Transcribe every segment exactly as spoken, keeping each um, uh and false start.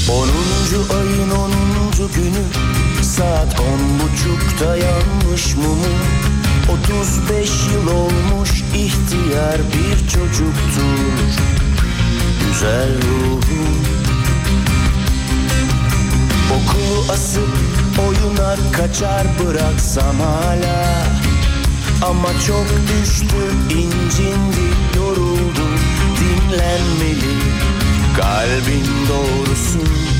Onuncu ayın onuncu günü saat on buçukta yanmış mumu. Otuz beş yıl olmuş ihtiyar bir çocuktur güzel ruhum. Okulu asıp oynar kaçar bıraksam hala. Ama çok düştü, incindi, yoruldu, dinlenmeli kalbin doğrusu.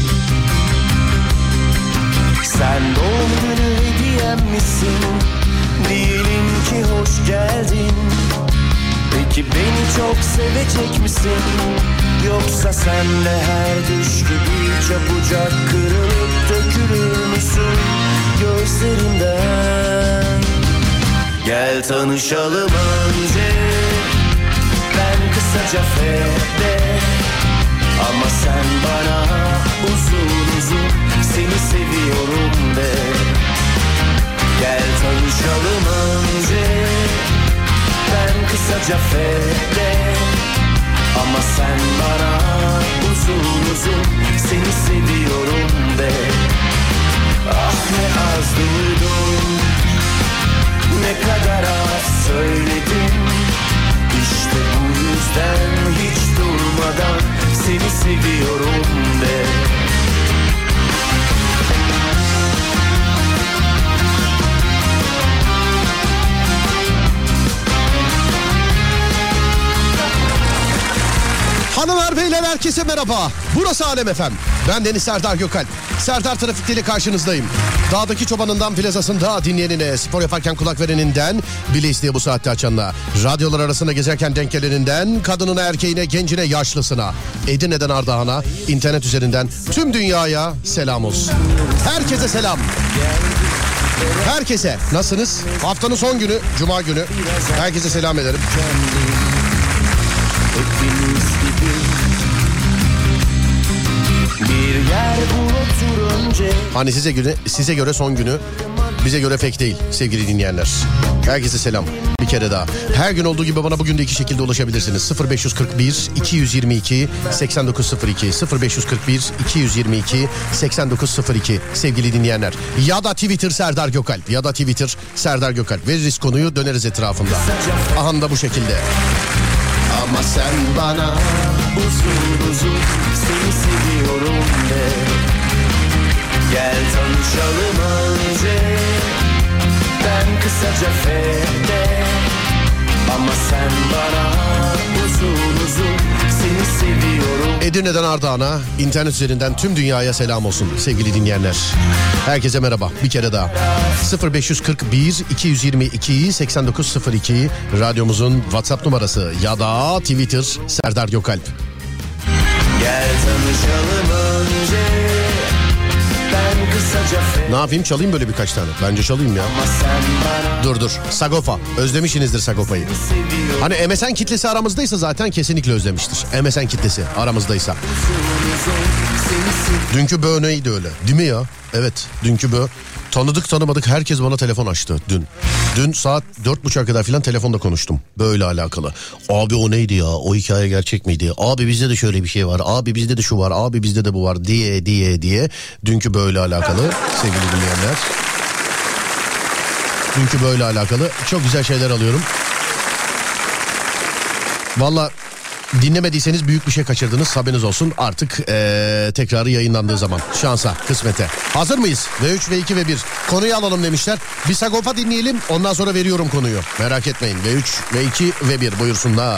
Sen doğum günü hediyem misin? Diyelim ki hoş geldin. Peki beni çok sevecek misin? Yoksa sen de her düş gibi çabucak kırılıp dökülür müsün gözlerimden? Gel tanışalım önce, ben kısaca Fede. Ama sen bana uzun uzun seni seviyorum de. Gel tanışalım önce, ben kısaca Fede. Ama sen bana uzun uzun seni seviyorum de. Ah ne az duydum, ne kadar az söyledim. İşte bu yüzden hiç durmadan seni seviyorum de. Hanımlar beyler herkese merhaba. Burası Alem F M. Ben Deniz Serdar Gökalp. Serdar Trafik'te ile karşınızdayım. Dağdaki çobanından plazasında dinleyenine, spor yaparken kulak vereninden, bile isteye bu saatte açanına, radyolar arasında gezerken denk geleninden, kadınına, erkeğine, gencine, yaşlısına, Edirne'den Ardahan'a, internet üzerinden tüm dünyaya selam olsun. Herkese selam. Herkese nasılsınız? Haftanın son günü, cuma günü. Herkese selam ederim. Bir yer bul otur önce. Hani size göre, size göre son günü, bize göre pek değil sevgili dinleyenler. Herkese selam bir kere daha. Her gün olduğu gibi bana bugün de iki şekilde ulaşabilirsiniz. sıfır beş kırk bir iki yüz yirmi iki seksen dokuz sıfır iki sıfır beş kırk bir iki yüz yirmi iki seksen dokuz sıfır iki sevgili dinleyenler. Ya da Twitter Serdar Gökalp, ya da Twitter Serdar Gökalp. Veririz konuyu, döneriz etrafında. Aha da bu şekilde. Ama sen bana uzun uzun seni seviyorum de. Gel tanışalım önce, ben kısaca Fede. Ama sen bana uzun uzun seni seviyorum. Edirne'den Ardahan'a, internet üzerinden tüm dünyaya selam olsun sevgili dinleyenler. Herkese merhaba bir kere daha. sıfır beş kırk bir iki yüz yirmi iki seksen dokuz sıfır iki radyomuzun WhatsApp numarası ya da Twitter Serdar Gökalp. Gel tanışalım önce, ben kısaca Fede. Ne yapayım, çalayım böyle birkaç tane? Bence çalayım ya. Dur dur, Sagopa. Özlemişsinizdir Sagopa'yı. Hani M S N kitlesi aramızdaysa zaten kesinlikle özlemiştir. M S N kitlesi aramızdaysa. Dünkü bö neydi öyle? Değil mi ya? Evet, dünkü bö. Tanıdık tanımadık herkes bana telefon açtı dün. Dün saat dört buçuğa kadar filan telefonda konuştum. Böyle alakalı. Abi o neydi ya? O hikaye gerçek miydi? Abi bizde de şöyle bir şey var. Abi bizde de şu var. Abi bizde de bu var diye diye diye. Dünkü böyle alakalı sevgili dinleyenler. Dünkü böyle alakalı çok güzel şeyler alıyorum. Vallahi dinlemediyseniz büyük bir şey kaçırdınız, haberiniz olsun. Artık ee, tekrarı yayınlandığı zaman şansa, kısmete. Hazır mıyız? V üç, V iki, V bir. Konuyu alalım demişler. Bir Sagopa dinleyelim, ondan sonra veriyorum konuyu. Merak etmeyin. V üç, V iki, V bir buyursunlar.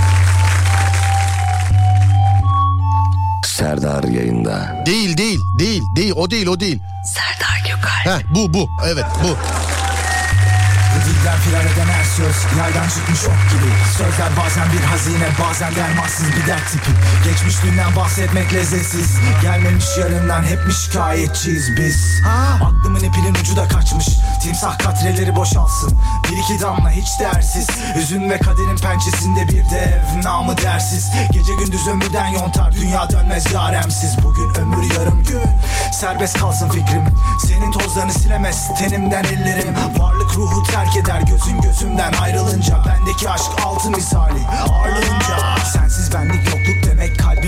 Serdar yayında. Değil değil değil değil o değil o değil. Serdar Gökalp. Heh, bu bu evet bu. Dilden firar eden her söz yaydan çıkmış ok gibi. Sözler bazen bir hazine, bazen dermansız bir dert tipi. Geçmiş dünden bahsetmek lezzetsiz. Gelmemiş yarından hep mi şikayetçiyiz biz? Aklımın ipinin ucu da kaçmış. Timsah katreleri boşalsın. Bir iki damla hiç değersiz. Hüzün ve kaderin pençesinde bir dev, namı dersiz. Gece gündüz ömürden yontar, dünya dönmez yaremsiz. Bugün ömür yarım gün, serbest kalsın fikrim. Senin tozlarını silemez tenimden ellerim. Varlık ruhu terk eder gözün gözümden ayrılınca. Bendeki aşk altı misali ağırlığınca. Sensiz benlik yokluk demek, kalbim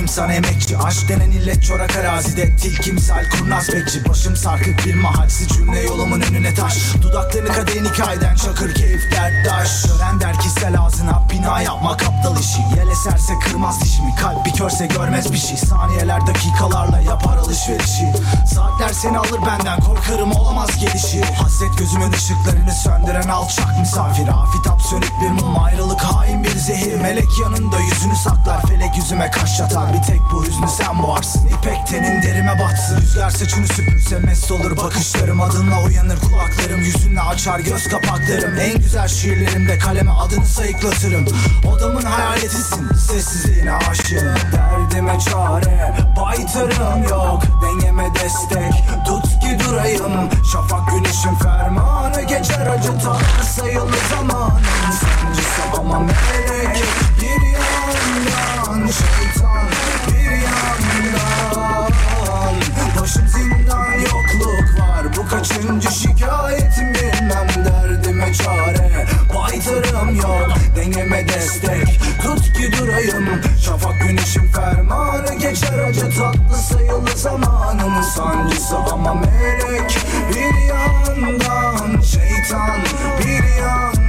sana emekçi. Aşk denen illet çorak arazide, tilki misal kurnaz bekçi. Başım sarkık bir mahalsiz cümle yolumun önüne taş. Dudaklarını kadehin hikayeden çakır keyif derttaş. Gören der ki sel ağzına bina yapmak aptal işi. Yel eserse kırmaz dişimi, kalp bir körse görmez bir şey. Saniyeler dakikalarla yapar alışverişi. Saatler seni alır benden, korkarım olamaz gelişi. Hasret gözümün ışıklarını söndüren alçak misafir. Afitap sönük bir mum, ayrılık hain bir zehir. Melek yanında yüzünü saklar, felek yüzüme kaş yatar. Bir tek bu hüznü sen boğarsın, ipek tenin derime batsın. Rüzgar saçını süpürse mest olur bakışlarım. Adınla uyanır kulaklarım, yüzünle açar göz kapaklarım. En güzel şiirlerimde kaleme adını sayıklatırım. Odamın hayaletisin, sessizliğine aşığım. Derdime çare, baytarım yok. Dengeme destek, tut ki durayım. Şafak güneşin fermanı, geçer acı tatlı sayılı zamanın sancısı ama melek. Bir yandan şeytan, bir yandan başım zindan, yokluk var. Bu kaçıncı şikayetim bilmem, derdime çare. Baytarım yok, dengeme destek, tut ki durayım. Şafak güneşin fermanı, geçer acı tatlı sayılı zamanın sancısı ama melek. Bir yandan şeytan, bir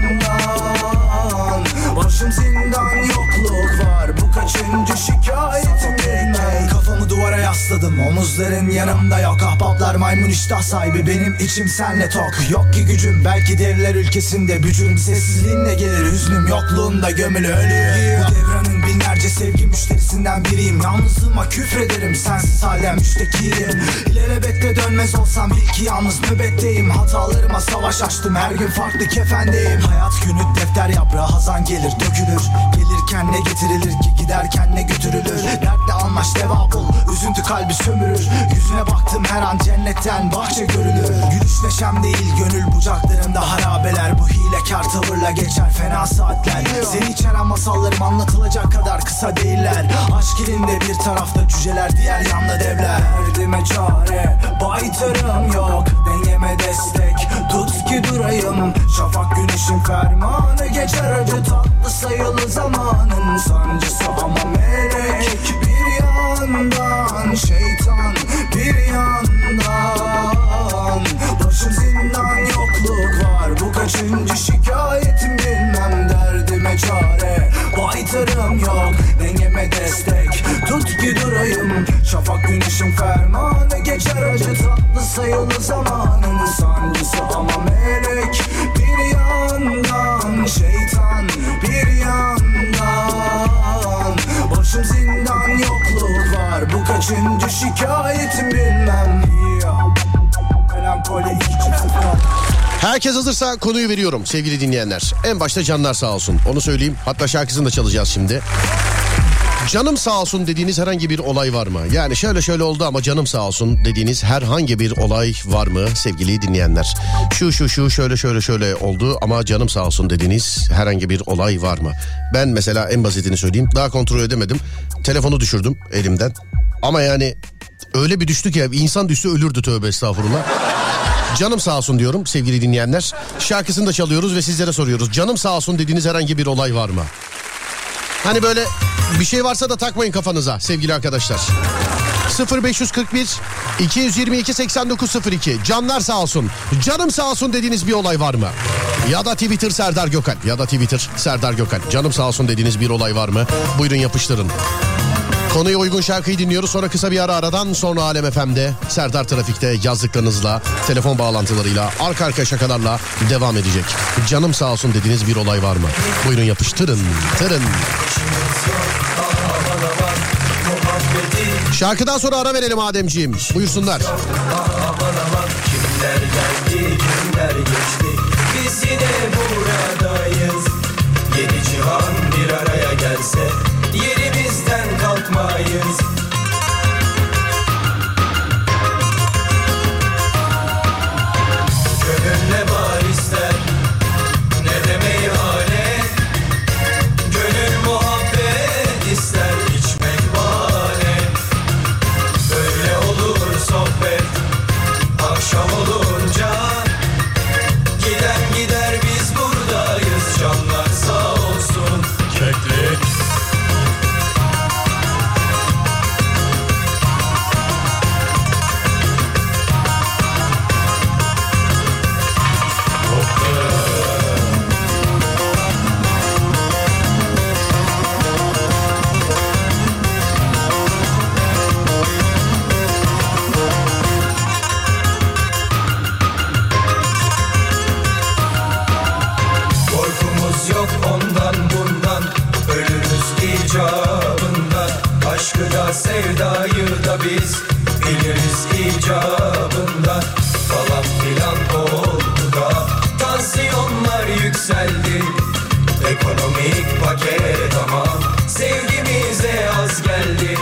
yandan başım zindan, yokluk var. Bu kaçıncı şikayetim bilmem. Kafamı duvara yasladım, omuzların yanımda yok. Ahbaplar maymun iştah sahibi, benim içim senle tok. Yok ki gücüm, belki devler ülkesinde bücürüm. Sessizliğinle gelir hüznüm, yokluğunda gömülü ölüyor. Bu devranın binlerce sevgi müşterisinden biriyim. Yalnızlığıma küfrederim, sensiz hala müştekiyim. İlelebette dönmez olsam bil ki yalnız nöbetteyim. Hatalarıma savaş açtım, her gün farklı kefendeyim. Hayat günü defter yaprağı, hazan gelir dökülür. Gelirken ne getirilir ki, giderken ne götürülür. Dertle almaş deva bul, üzüntü kalbi sömürür. Yüzüne baktım her an cennetten bahçe görülür. Gülüş neşem değil gönül bucaklarımda harabeler. Bu hilekar tavırla geçer fena saatler. Seni içeren masallarım anlatılacak kadar kısa değiller. Aşk elinde bir tarafta cüceler, diğer yanda devler. Derdime çare, baytarım yok. Dengeme destek, tut ki durayım. Şafak güneşin fermanı, geçer acı tatlı sayılı zamanın sancısı ama melek. Bir yandan şeytan, bir yandan başım zindan, yokluk var. Bu kaçıncı şikayetim bilmem, derdime çare. Baytarım yok, dengeme destek, tut ki durayım. Şafak güneşin fermanı, geçer acı tatlı sayılı zamanın sancısı ama melek. Bir yandan şeytan, bir yandan başım zindan, yokluk var. Bu kaçıncı şikayetim bilmem. Melankoli iki çift sıfır. Herkes hazırsa konuyu veriyorum sevgili dinleyenler. En başta canlar sağ olsun, onu söyleyeyim. Hatta şarkısını da çalacağız şimdi. Canım sağ olsun dediğiniz herhangi bir olay var mı? Yani şöyle şöyle oldu ama canım sağ olsun dediğiniz herhangi bir olay var mı sevgili dinleyenler? Şu şu şu şöyle şöyle şöyle oldu ama canım sağ olsun dediğiniz herhangi bir olay var mı? Ben mesela en basitini söyleyeyim. Daha kontrol edemedim. Telefonu düşürdüm elimden. Ama yani öyle bir düştü ki insan düşse ölürdü, tövbe estağfurullah. Canım sağ olsun diyorum sevgili dinleyenler. Şarkısını da çalıyoruz ve sizlere soruyoruz. Canım sağ olsun dediğiniz herhangi bir olay var mı? Hani böyle bir şey varsa da takmayın kafanıza sevgili arkadaşlar. sıfır beş kırk bir iki yüz yirmi iki seksen dokuz sıfır iki. Canlar sağ olsun, canım sağ olsun dediğiniz bir olay var mı? Ya da Twitter Serdar Gökal, ya da Twitter Serdar Gökal. Canım sağ olsun dediğiniz bir olay var mı? Buyurun yapıştırın. Konuya uygun şarkıyı dinliyoruz. Sonra kısa bir ara, aradan sonra Alem F M'de Serdar Trafik'te yazdıklarınızla, telefon bağlantılarıyla, arka arka şakalarla devam edecek. Canım sağ olsun dediğiniz bir olay var mı? Buyurun yapıştırın. Tırın. Şarkıdan sonra ara verelim Ademciğim. Buyursunlar. Kimler geldi, kimler geçti, biz yine buradayız. Yedi cihan bir araya gelse yerimizden kalkmayız. Gönül ne var ister, ne de meyhane. Gönül muhabbet ister, içmek bahane. Böyle olur sohbet akşam olunca. Giden gider biz buradayız, canlar sağ olsun. Keklik. biz biliriz icabında. Falan filan oldu da tansiyonlar yükseldi. Ekonomik paket ama sevgimize az geldi.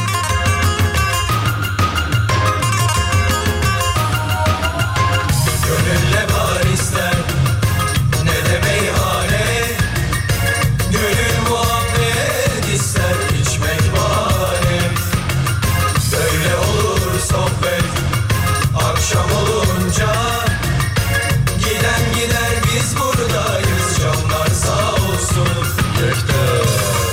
Gönül ne var ister, ne de meyhane. Gönül muhabbet ister, içmek bahane. Böyle olur sohbet akşam olunca. Giden gider biz buradayız, canlar sağ olsun. Gökte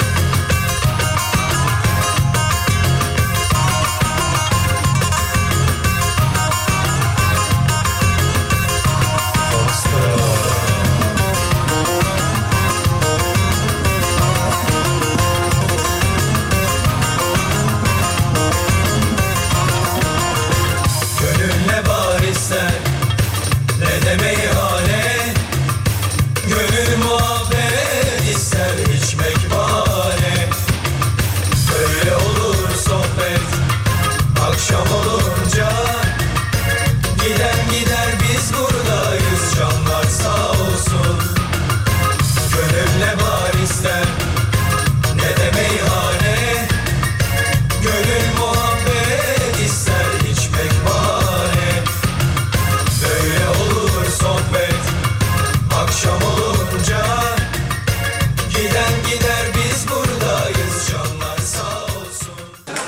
ne de meyhane. Gönül muhabbet ister, içmek bahane. Böyle olur sohbet akşam olunca. Giden gider biz buradayız, canlar sağ olsun. Gönül ne var ister, ne de meyhane. Gönül muhabbet ister, içmek bahane. Böyle olur sohbet akşam olunca. Giden gider biz buradayız, canlar sağ olsun.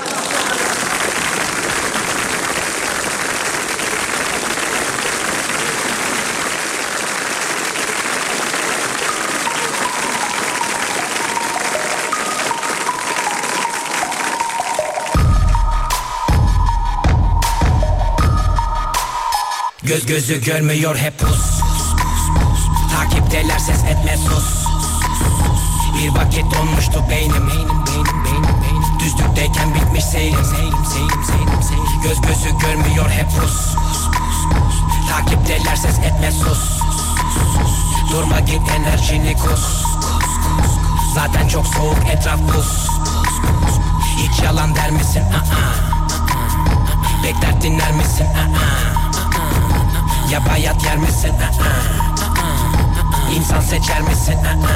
Göz gözü görmüyor hep pus. Takipteler ses etme sus. Bir vakit donmuştu beynim. Düzlükteyken bitmiş seyrim. Göz gözü görmüyor hep pus. Takipteler ses etme sus. Durma git enerjini kus. Zaten çok soğuk etraf buz. Hiç yalan der misin? Bekler dinler misin? Ya bayat yer misin? İnsan seçer misin?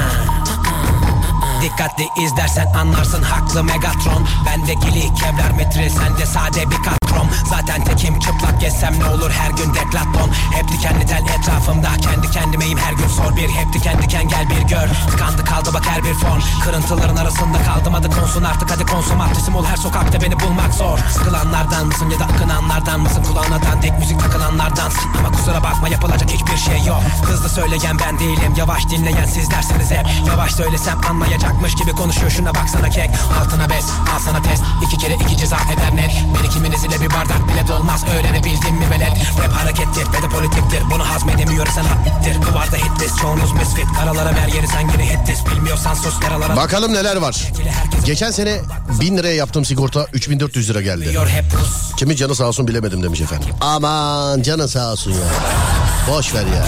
Dikkatli izlersen anlarsın haklı Megatron. Bendeki kevlar metril, sende sade bir katrom. Zaten tekim çıplak gezsem ne olur her gün deklatlon. Hep dikenli tel etrafımda, kendi kendimeyim her gün sor bir. Hep diken diken gel bir gör. Tıkandı kaldı bak her bir form. Kırıntıların arasında kaldım, adı konsun artık hadi konsumatristim ol. Her sokakta beni bulmak zor. Sıkılanlardan mısın ya da akınanlardan mısın? Kulağına dandik müzik takılanlardansın. Ama kusura bakma yapılacak hiçbir şey yok. Hızlı söyleyen ben değilim, yavaş dinleyen sizlersiniz hep. Yavaş söylesem anlayacakmış gibi konuşuyor, şuna baksana kek. Altına bez, al sana test. İki kere iki ceza eder net. Bir ikiminiz ile bir bardak bile dolmaz, öğrenebildin mi velet? Rap harekettir ve de politiktir, bunu hazmedemiyorsan haklıdır. Duvarda hitlist, çoğunuz misfit. Karalara ver yeri sen geri hitlist. Bilmiyorsan sus yaralara. Bakalım neler var. Geçen sene bin liraya yaptığım sigorta üç bin dört yüz lira geldi. Kimin canı sağ olsun bilemedim demiş efendim. Aman canı sağ olsun ya. Boş ver ya.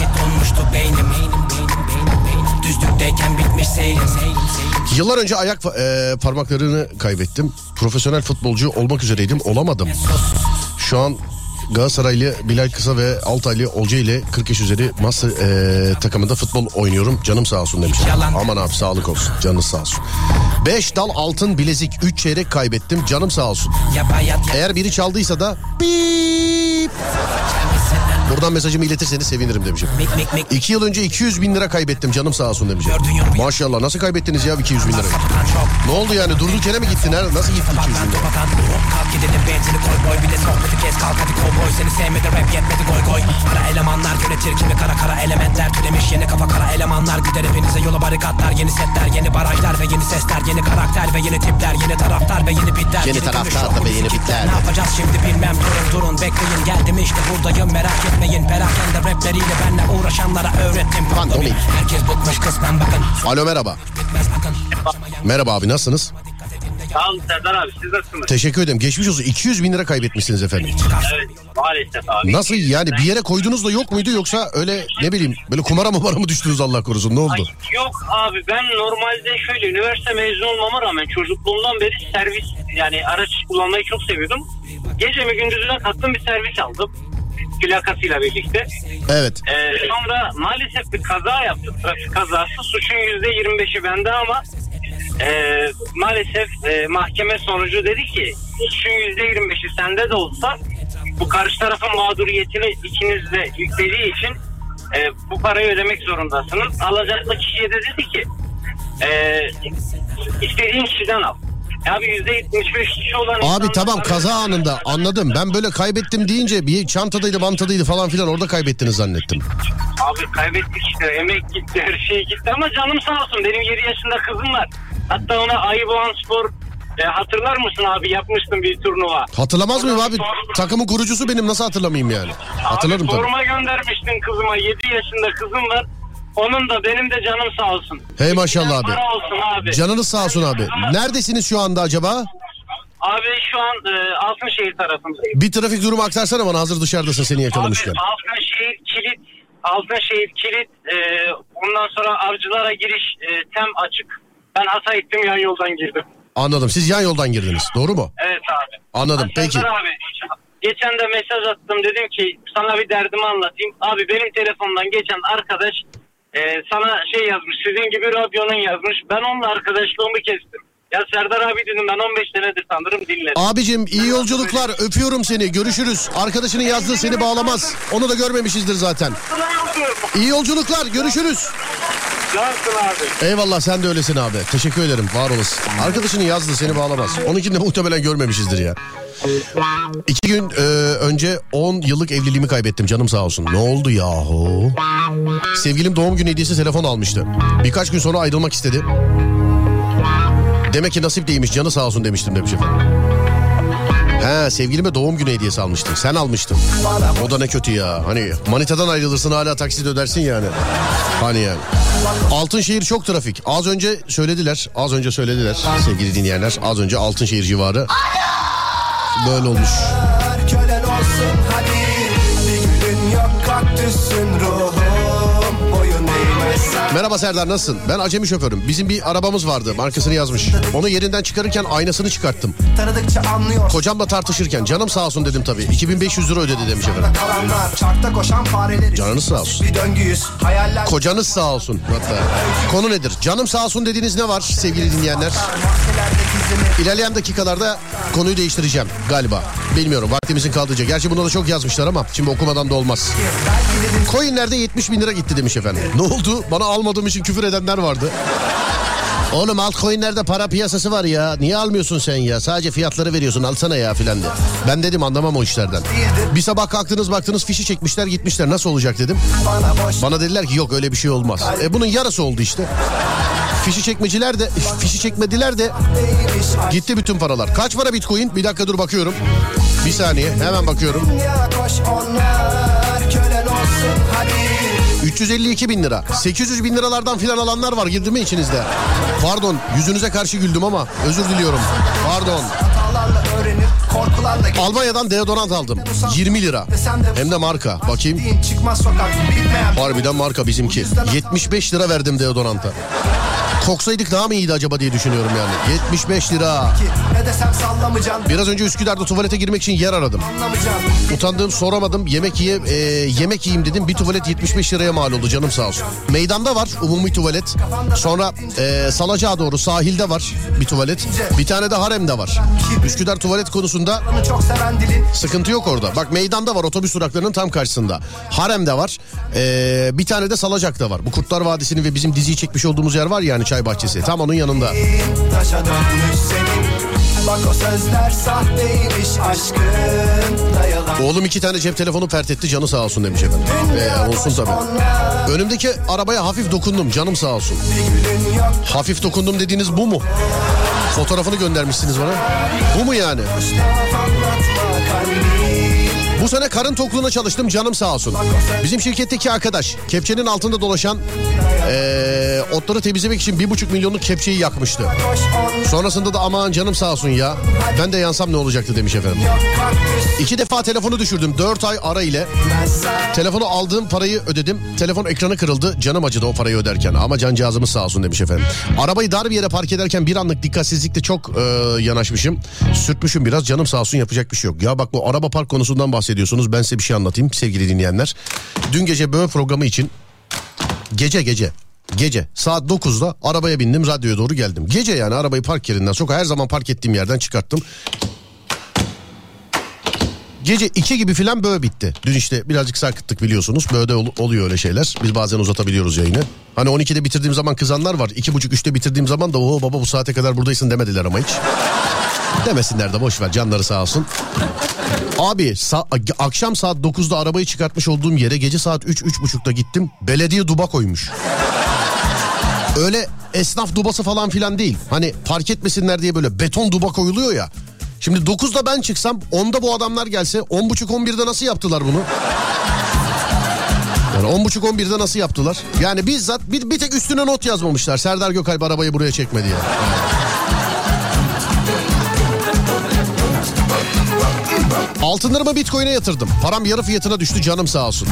Düzlükteyken bitmiş seyrim. Yıllar önce ayak e, parmaklarını kaybettim. Profesyonel futbolcu olmak üzereydim, olamadım. Şu an Galatasaraylı Bilal Kısa ve Altaylı Olca ile kırk yaş üzeri master e, takımında futbol oynuyorum. Canım sağ olsun demiş. Aman abi sağlık olsun. Canınız sağ olsun. beş dal altın bilezik, üç çeyrek kaybettim. Canım sağ olsun. Eğer biri çaldıysa da bip. Buradan mesajımı iletirseniz sevinirim demişim. İki yıl önce iki yüz bin lira kaybettim. Canım sağ olsun demişim. Maşallah nasıl kaybettiniz ya iki yüz bin lirayı? Ne oldu yani, durduk yere mi gittin? Nasıl gitti iki yüz bin lira? Kalk gidelim benzini koy boy, bir de sohbeti kes, kalk hadi kovboy. Seni sevmedi rap yetmedi goy goy. Kara elemanlar yönetir kimi, kara kara elementler türemiş yeni kafa, kara elemanlar gider hepinize yola barikatlar. Yeni setler, yeni barajlar ve yeni sesler, yeni karakter ve yeni tipler, yeni taraftar ve yeni bitler. Yeni taraftar ve yeni bitler. Ne yapacağız şimdi bilmem, durun durun bekleyin, geldim işte buradayım, merak etmeyin. Perakende rapleriyle benle uğraşanlara öğrettim pandomim. Herkes bıkmış kısmen bakın. Alo merhaba. Merhaba abi, nasılsınız? Sağ olun Serdar abi, siz nasılsınız? Teşekkür ederim. Geçmiş olsun. iki yüz bin lira kaybetmişsiniz efendim. Evet maalesef abi. Nasıl yani, bir yere koydunuz da yok muydu, yoksa öyle ne bileyim böyle kumara mı para mı düştünüz Allah korusun, ne oldu? Ay, yok abi, ben normalde şöyle üniversite mezunu olmama rağmen çocukluğumdan beri servis, yani araç kullanmayı çok seviyordum. gecemi gündüzüne kattım, bir servis aldım. Plakasıyla birlikte. Evet. Ee, sonra maalesef bir kaza yaptık. Trafik kazası. Suçun yüzde yirmi beşi bende ama e, maalesef e, mahkeme sonucu dedi ki suçun yüzde yirmi beşi sende de olsa bu karşı tarafın mağduriyetini ikinizde yüklediği için e, bu parayı ödemek zorundasınız. Alacaklı kişiye de dedi ki e, istediğin kişiden al. Abi yüzde yetmiş beş kişi olan... Abi tamam, kaza anında anladım. Ben böyle kaybettim deyince bir çantadaydı bantadaydı falan filan, orada kaybettiniz zannettim. Abi kaybettik işte, emek gitti, her şey gitti ama canım sağ olsun, benim yedi yaşında kızım var. Hatta ona Ayıboğan Spor e, hatırlar mısın abi, yapmıştım bir turnuva. Hatırlamaz mıyım abi? Takımın kurucusu benim, nasıl hatırlamayayım yani? Hatırlarım abi, tabii. forma göndermiştin kızıma, yedi yaşında kızım var. Onun da benim de canım sağ olsun. Hey maşallah abi. Para olsun abi. Canınız sağ olsun abi. Neredesiniz şu anda acaba? Abi şu an e, Altınşehir tarafındayım. Bir trafik durumu aktarsana bana, hazır dışarıdasın seni yakalamışken. Abi Altınşehir Kilit, Altınşehir Kilit, e, ondan sonra Avcılar'a giriş e, tem açık. Ben hata ettim, yan yoldan girdim. Anladım, siz yan yoldan girdiniz, doğru mu? Evet abi. Anladım, Serdar peki. Abi, geçen de mesaj attım, dedim ki sana bir derdimi anlatayım. Abi benim telefondan geçen arkadaş e, sana şey yazmış, sizin gibi radyonun yazmış. Ben onunla arkadaşlığımı kestim. Ya Serdar abi dedim, ben on beş senedir sanırım dinledim. Abicim iyi yolculuklar, öpüyorum seni, görüşürüz. Arkadaşının yazdığı seni bağlamaz. Onu da görmemişizdir zaten. İyi yolculuklar, görüşürüz. Nasılsın abi? Eyvallah, sen de öylesin abi. Teşekkür ederim, var olasın. Arkadaşının yazdığı seni bağlamaz. Onunkini de muhtemelen görmemişizdir ya. İki gün e, önce on yıllık evliliğimi kaybettim, canım sağ olsun. Ne oldu yahu? Sevgilim doğum günü hediyesi telefon almıştı. Birkaç gün sonra ayrılmak istedi. Demek ki nasip değilmiş, canı sağ olsun demiştim demiş efendim. He, sevgilime doğum günü hediyesi almıştım. Sen almıştın. O da ne kötü ya. Hani manitadan ayrılırsın, hala taksit ödersin yani. Hani yani. Altınşehir çok trafik. Az önce söylediler. Az önce söylediler sevgili dinleyenler. Az önce Altınşehir civarı böyle olmuş. Kölen olsun hadi, bir gülün yok kaktüsün ruhum, boyun eğmezsen. Merhaba Serdar, nasılsın? Ben acemi şoförüm. Bizim bir arabamız vardı, markasını yazmış. Onu yerinden çıkarırken aynasını çıkarttım. Tanıdıkça anlıyor. Kocamla tartışırken canım sağ olsun dedim tabii. iki bin beş yüz lira ödedi demiş efendim. Kalanlar, çarkta koşan fareleri. Canınız sağ olsun. Bir döngüyüz, hayaller. Kocanız sağ olsun hatta. Konu nedir? Canım sağ olsun dediğiniz ne var sevgili dinleyenler? İlerleyen dakikalarda konuyu değiştireceğim galiba. Bilmiyorum, vaktimizin kaldığınca. Gerçi bunda da çok yazmışlar ama şimdi okumadan da olmaz. Coinlerde yetmiş bin lira gitti demiş efendim. Ne oldu? Bana almadığım için küfür edenler vardı. Oğlum altcoin'lerde para piyasası var ya. Niye almıyorsun sen ya? Sadece fiyatları veriyorsun, alsana ya filan diye. Ben dedim anlamam o işlerden. Bir sabah kalktınız baktınız fişi çekmişler gitmişler. Nasıl olacak dedim. Bana dediler ki yok öyle bir şey olmaz. E bunun yarısı oldu işte. Fişi çekmeciler de fişi çekmediler de gitti bütün paralar. Kaç para Bitcoin? Bir dakika dur bakıyorum. Bir saniye hemen bakıyorum. üç yüz elli iki bin lira. sekiz yüz bin liralardan filan alanlar var, girdi mi içinizde? Pardon, yüzünüze karşı güldüm ama özür diliyorum. Pardon. Almanya'dan deodorant aldım. yirmi lira. Hem de marka. Bakayım. Harbiden marka bizimki. yetmiş beş lira verdim deodoranta. Koksaydık daha mı iyiydi acaba diye düşünüyorum yani. yetmiş beş lira. Biraz önce Üsküdar'da tuvalete girmek için yer aradım. Utandığım, soramadım. Yemek yiye, e, yemek yiyeyim dedim. Bir tuvalet yetmiş beş liraya mal oldu, canım sağ olsun. Meydanda var umumi tuvalet. Sonra e, Salacak'a doğru sahilde var bir tuvalet. Bir tane de Harem'de var. Üsküdar tuvalet konusunda sıkıntı yok orada. Bak meydanda var, otobüs duraklarının tam karşısında. Harem'de var. E, bir tane de Salacak'ta var. Bu Kurtlar Vadisi'ni ve bizim diziyi çekmiş olduğumuz yer var ya hani, çay bahçesi. Tam onun yanında. Bak o sözler sahteymiş, aşkın dayalan. Oğlum iki tane cep telefonu pert etti, canı sağ olsun demiş efendim. Ee, olsun tabii. Önümdeki arabaya hafif dokundum, canım sağ olsun. Hafif dokundum dediğiniz bu mu? Fotoğrafını göndermişsiniz bana. Bu mu yani? Bu sene karın tokluğuna çalıştım, canım sağ olsun. Bizim şirketteki arkadaş kepçenin altında dolaşan ee, otları temizlemek için bir buçuk milyonluk kepçeyi yakmıştı. Sonrasında da aman canım sağ olsun ya, ben de yansam ne olacaktı demiş efendim. İki defa telefonu düşürdüm. Dört ay ara ile. Telefonu aldığım parayı ödedim. Telefon ekranı kırıldı. Canım acıdı o parayı öderken. Ama cancağızımız sağ olsun demiş efendim. Arabayı dar bir yere park ederken bir anlık dikkatsizlikle çok e, yanaşmışım. Sürtmüşüm biraz. Canım sağ olsun, yapacak bir şey yok. Ya bak, bu araba park konusundan bahsediyorsunuz. Ben size bir şey anlatayım sevgili dinleyenler. Dün gece böğ programı için gece gece Gece saat dokuzda arabaya bindim, radyoya doğru geldim. Gece yani arabayı park yerinden, sokağa her zaman park ettiğim yerden çıkarttım. Gece iki gibi filan böğ bitti. Dün işte birazcık sarkıttık biliyorsunuz. Böğde ol- oluyor öyle şeyler. Biz bazen uzatabiliyoruz yayını. Hani on ikide bitirdiğim zaman kızanlar var. iki buçuk üçte bitirdiğim zaman da o baba bu saate kadar buradaysın demediler ama hiç. Demesinler de boş ver, canları sağ olsun. Abi sa- akşam saat dokuzda arabayı çıkartmış olduğum yere gece saat üç üç buçukta gittim. Belediye duba koymuş. Öyle esnaf dubası falan filan değil. Hani park etmesinler diye böyle beton duba koyuluyor ya. Şimdi dokuzda ben çıksam, onda bu adamlar gelse, on buçuk on birde nasıl yaptılar bunu? Yani on buçuk on birde nasıl yaptılar? Yani bizzat bir, bir tek üstüne not yazmamışlar. Serdar Gökalp arabayı buraya çekme diye. Altınlarımı Bitcoin'e yatırdım. Param yarı fiyatına düştü, canım sağ olsun.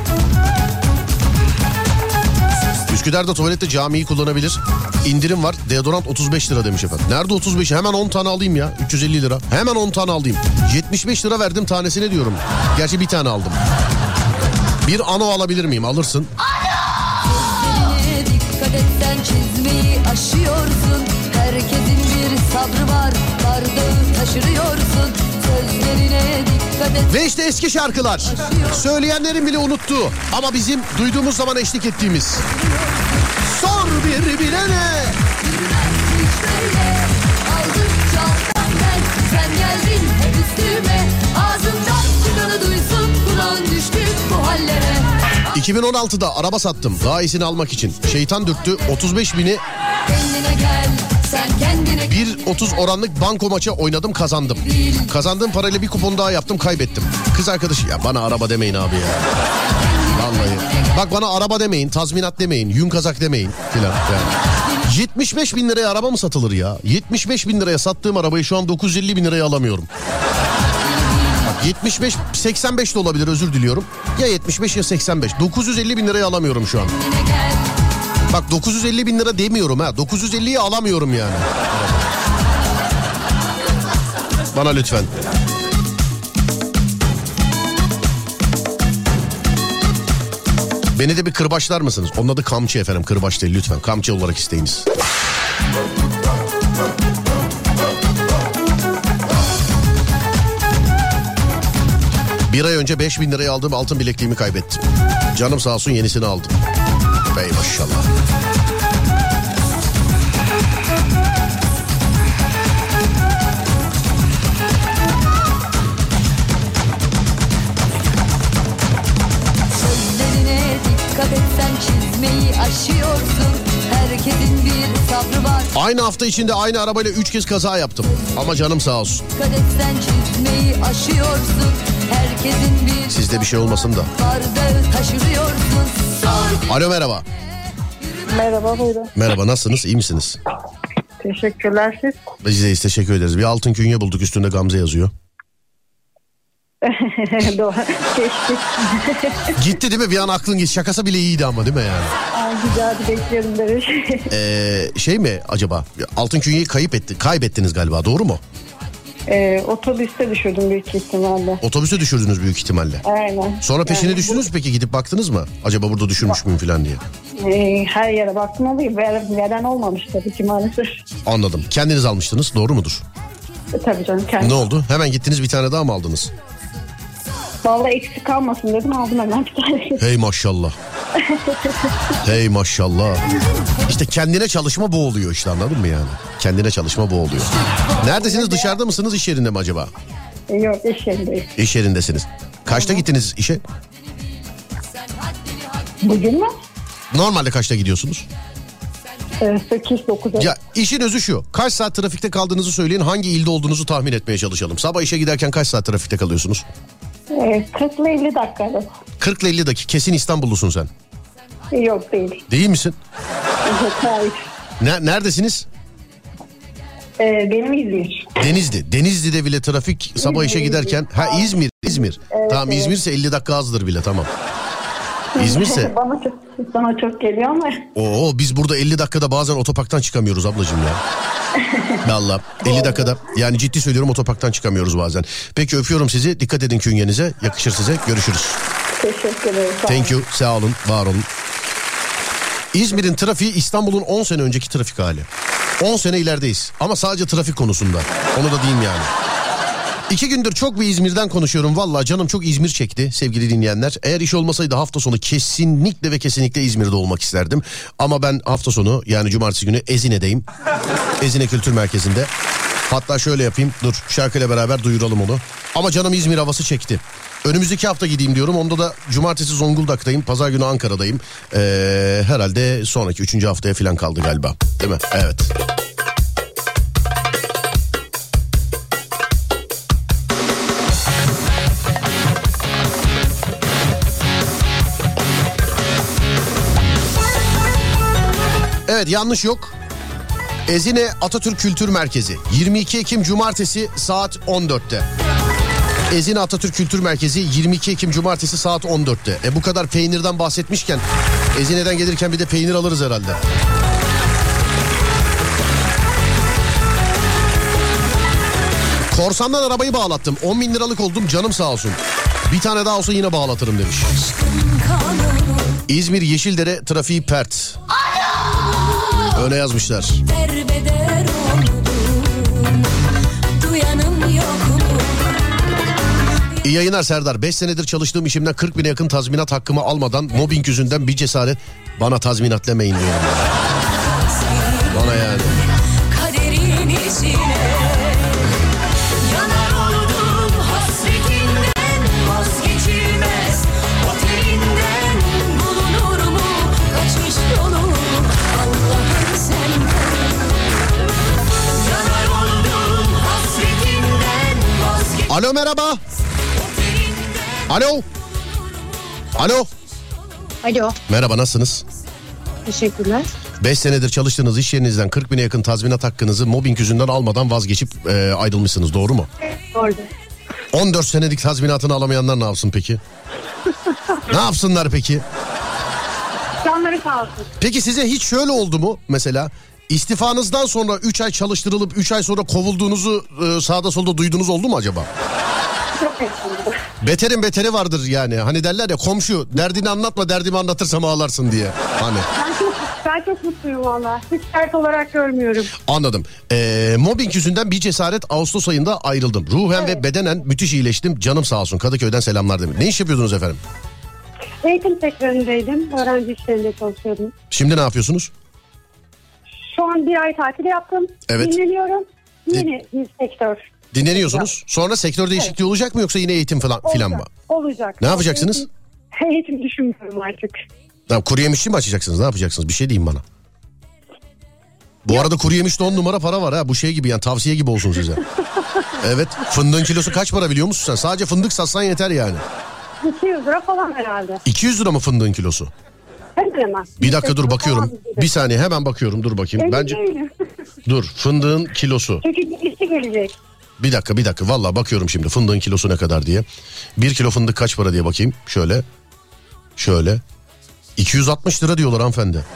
Üsküdar'da tuvalette camiyi kullanabilir. İndirim var. Deodorant otuz beş lira demiş efendim. Nerede otuz beş? Hemen on tane alayım ya. üç yüz elli lira. Hemen on tane alayım. yetmiş beş lira verdim tanesine diyorum. Gerçi bir tane aldım. Bir ano alabilir miyim? Alırsın. Dikkat et, sen çizmeyi aşıyorsun. Herkesin bir sabrı var. Bardağı taşırıyorsun. Sözlerine dikkat et. Ve işte eski şarkılar. Söyleyenlerin bile unuttuğu ama bizim duyduğumuz zaman eşlik ettiğimiz. Sor bir bilene. Aldıkça alttan ben, sen geldin hep üstüme. Ağzından çıkanı duysun, kulağın düştü bu hallere. iki bin on altıda araba sattım daha iyisini almak için. Şeytan dürttü, otuz beş bini Kendine gel, sen kendine gel. bir otuz oranlık banko maçı oynadım, kazandım. Kazandığım parayla bir kupon daha yaptım, kaybettim. Kız arkadaşı, ya bana araba demeyin abi ya. Vallahi. Bak bana araba demeyin, tazminat demeyin, yün kazak demeyin filan. Yani. yetmiş beş bin liraya araba mı satılır ya? yetmiş beş bin liraya sattığım arabayı şu an dokuz yüz elli bin liraya alamıyorum. Bak yetmiş beş, seksen beş de olabilir, özür diliyorum. Ya yetmiş beş ya seksen beş. dokuz yüz elli bin liraya alamıyorum şu an. Bak dokuz yüz elli bin lira demiyorum ha. dokuz yüz elliye alamıyorum yani. Bana lütfen. Beni de bir kırbaçlar mısınız? Onun adı kamçı efendim, kırbaç değil lütfen. Kamçı olarak isteyiniz. Bir ay önce beş bin liraya aldığım altın bilekliğimi kaybettim. Canım sağ olsun, yenisini aldım. Bey maşallah. Sözlerine dikkat et, sen çizmeyi aşıyorsun. Herkesin bir sabrı var. Aynı hafta içinde aynı arabayla üç kez kaza yaptım. Ama canım sağ olsun. Dikkat et, sen çizmeyi aşıyorsun. Herkesin bir Sizde bir şey olmasın da. bardağı taşırıyorsun. Sor. Alo, merhaba. Merhaba, buyurun. Merhaba, nasılsınız? İyi misiniz? Teşekkürler siz. Biz deyiz, teşekkür ederiz. Bir altın künye bulduk, üstünde Gamze yazıyor. Doğru. Keşke. Gitti değil mi? Bir an aklın gitti. Şakası bile iyiydi ama değil mi yani? Ay, güzel, bekliyorum böyle şey. Ee, şey mi acaba? Altın künyeyi kayıp etti, kaybettiniz galiba, doğru mu? Ee, otobüste düşürdüm büyük ihtimalle. Otobüse düşürdünüz büyük ihtimalle. Aynen. Sonra peşine Yani düştünüz mü peki, gidip baktınız mı? Acaba burada düşürmüş müyüm falan diye. bu, e, her yere baktım oluyor. Veren, veren olmamış tabii ki maalesef. Anladım. Kendiniz almıştınız, doğru mudur? E, tabii canım kendim. Ne oldu? Hemen gittiniz bir tane daha mı aldınız? Vallahi eksik kalmasın dedim, aldım hemen bir tane. Hey maşallah. Hey maşallah. İşte kendine çalışma bu oluyor işte, anladın mı yani? Kendine çalışma bu oluyor. Neredesiniz, dışarıda mısınız, iş yerinde mi acaba? E, yok, iş yerindeyim. İş yerindesiniz. Kaçta gittiniz işe? Bugün mü? Normalde kaçta gidiyorsunuz? E, sekiz dokuz. Ya işin özü şu. Kaç saat trafikte kaldığınızı söyleyin, hangi ilde olduğunuzu tahmin etmeye çalışalım. Sabah işe giderken kaç saat trafikte kalıyorsunuz? E, kırk ile elli dakikada. kırk ile elli dakika. Kesin İstanbullusun sen. E, yok değil. Değil misin? Hayır. Ne, neredesiniz? Ee, benim İzmir. Denizli. Denizli'de bile trafik sabah işe giderken. Ha İzmir, İzmir. Evet, Tamam evet. İzmir'se elli dakika azdır bile tamam. İzmir'se. Bana çok, bana çok geliyor ama. Oo biz burada elli dakikada bazen otoparktan çıkamıyoruz ablacığım ya. Vallahi elli dakikada yani ciddi söylüyorum otoparktan çıkamıyoruz bazen. Peki öpüyorum sizi. Dikkat edin künyenize. Yakışır size. Görüşürüz. Teşekkür ederim. Thank you. Sağ olun. Var olun. İzmir'in trafiği İstanbul'un on sene önceki trafik hali. on sene ilerideyiz. Ama sadece trafik konusunda. Onu da diyeyim yani. İki gündür çok bir İzmir'den konuşuyorum. Vallahi canım çok İzmir çekti sevgili dinleyenler. Eğer iş olmasaydı hafta sonu kesinlikle ve kesinlikle İzmir'de olmak isterdim. Ama ben hafta sonu yani cumartesi günü Ezine'deyim. Ezine Kültür Merkezi'nde. Hatta şöyle yapayım. Dur şarkıyla beraber duyuralım onu. Ama canım İzmir havası çekti. Önümüzdeki hafta gideyim diyorum. Onda da cumartesi Zonguldak'tayım. Pazar günü Ankara'dayım. Ee, herhalde sonraki üçüncü haftaya falan kaldı galiba. Değil mi? Evet. Evet yanlış yok. Ezine Atatürk Kültür Merkezi. yirmi iki Ekim Cumartesi saat on dörtte. Ezine Atatürk Kültür Merkezi yirmi iki Ekim Cumartesi saat on dörtte. E bu kadar peynirden bahsetmişken Ezine'den gelirken bir de peynir alırız herhalde. Korsandan arabayı bağlattım. on bin liralık oldum canım sağ olsun. Bir tane daha olsa yine bağlatırım demiş. İzmir Yeşildere trafiği pert. Öyle yazmışlar. Derbeder oldum, duyanım yok mu? İyi yayınlar Serdar. beş senedir çalıştığım işimden kırk bine yakın tazminat hakkımı almadan mobbing yüzünden bir cesaret bana tazminat demeyin diyorum. Bana yani. Kaderin içine yanar oldum, hasretinden vazgeçilmez. Otelinden bulunur mu kaçış yolu? Allah'ım sen yanar oldum, hasretinden vazgeçilmez. Alo merhaba. Alo. Alo. Alo. Merhaba nasılsınız? Teşekkürler. beş senedir çalıştığınız iş yerinizden kırk bine yakın tazminat hakkınızı mobbing yüzünden almadan vazgeçip e, ayrılmışsınız doğru mu? Doğru. on dört senelik tazminatını alamayanlar ne yapsın peki? Ne yapsınlar peki? Canları sağ olsun. Peki size hiç şöyle oldu mu mesela? İstifanızdan sonra üç ay çalıştırılıp üç ay sonra kovulduğunuzu e, sağda solda duyduğunuz oldu mu acaba? Çok memnunum. Beterin beteri vardır yani. Hani derler ya komşu derdini anlatma derdimi anlatırsam ağlarsın diye. Hani. Ben çok, ben çok mutluyum valla. Hiç dert olarak görmüyorum. Anladım. Ee, mobbing yüzünden bir cesaret Ağustos ayında ayrıldım. Ruhen Evet. ve bedenen müthiş iyileştim. Canım sağ olsun. Kadıköy'den selamlar demiş. Ne iş yapıyordunuz efendim? Eğitim sektöründeydim. Öğrenci işlerinde çalışıyordum. Şimdi ne yapıyorsunuz? Şu an bir ay tatil yaptım. Evet. Dinleniyorum. Yeni bir sektör. Dinleniyorsunuz. Sonra sektör değişikliği evet. olacak mı yoksa yine eğitim falan filan mı? Olacak. Ne yapacaksınız? Eğitim, eğitim düşünmüyorum artık. Tamam, kuru yemişçi mi açacaksınız? Ne yapacaksınız? Bir şey deyin bana. Bu Yok. arada kuru yemişte on numara para var ha. Bu şey gibi yani tavsiye gibi olsun size. Evet. Fındığın kilosu kaç para biliyor musun sen? Sadece fındık satsan yeter yani. iki yüz lira falan herhalde. iki yüz lira mı fındığın kilosu? Hemen. Bir dakika dur bakıyorum. Bir saniye hemen bakıyorum dur bakayım. Bence dur fındığın kilosu. Çünkü birisi gelecek. Bir dakika bir dakika vallahi bakıyorum şimdi fındığın kilosu ne kadar diye. Bir kilo fındık kaç para diye bakayım. Şöyle. Şöyle. iki yüz altmış lira diyorlar hanımefendi.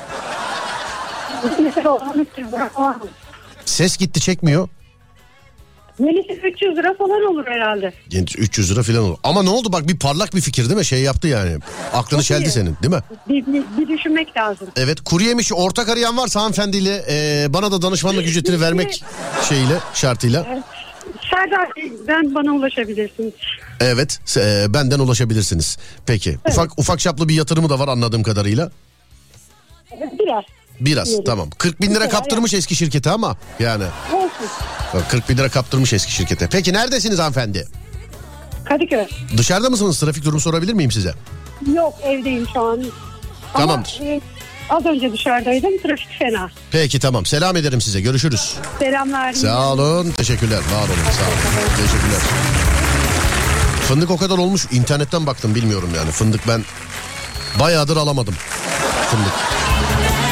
Ses gitti çekmiyor. Yenisi üç yüz lira falan olur herhalde. Yenisi üç yüz lira falan olur. Ama ne oldu bak bir parlak bir fikir değil mi? Şey yaptı yani. Aklını çeldi senin değil mi? Bir, bir, bir düşünmek lazım. Evet kuru yemişi ortak arayan varsa hanımefendiyle e, bana da danışmanlık ücretini vermek şeyiyle şartıyla. Evet. Serdar ben bana ulaşabilirsiniz. Evet e, benden ulaşabilirsiniz. Peki evet. ufak ufak çaplı bir yatırımı da var anladığım kadarıyla. Biraz. Biraz Yeri. Tamam. kırk bin lira kaptırmış eski şirkete ama yani. Olsun. kırk bin lira kaptırmış eski şirkete. Peki neredesiniz hanımefendi? Kadıköy. Dışarıda mısınız? Trafik durumu sorabilir miyim size? Yok evdeyim şu an. Tamamdır. Ama, e, az önce dışarıdaydım trafik fena. Peki tamam selam ederim size görüşürüz. Selamlar. Sağ olun teşekkürler var olun sağ olun teşekkürler. Fındık o kadar olmuş internetten baktım bilmiyorum yani fındık ben bayağıdır alamadım fındık.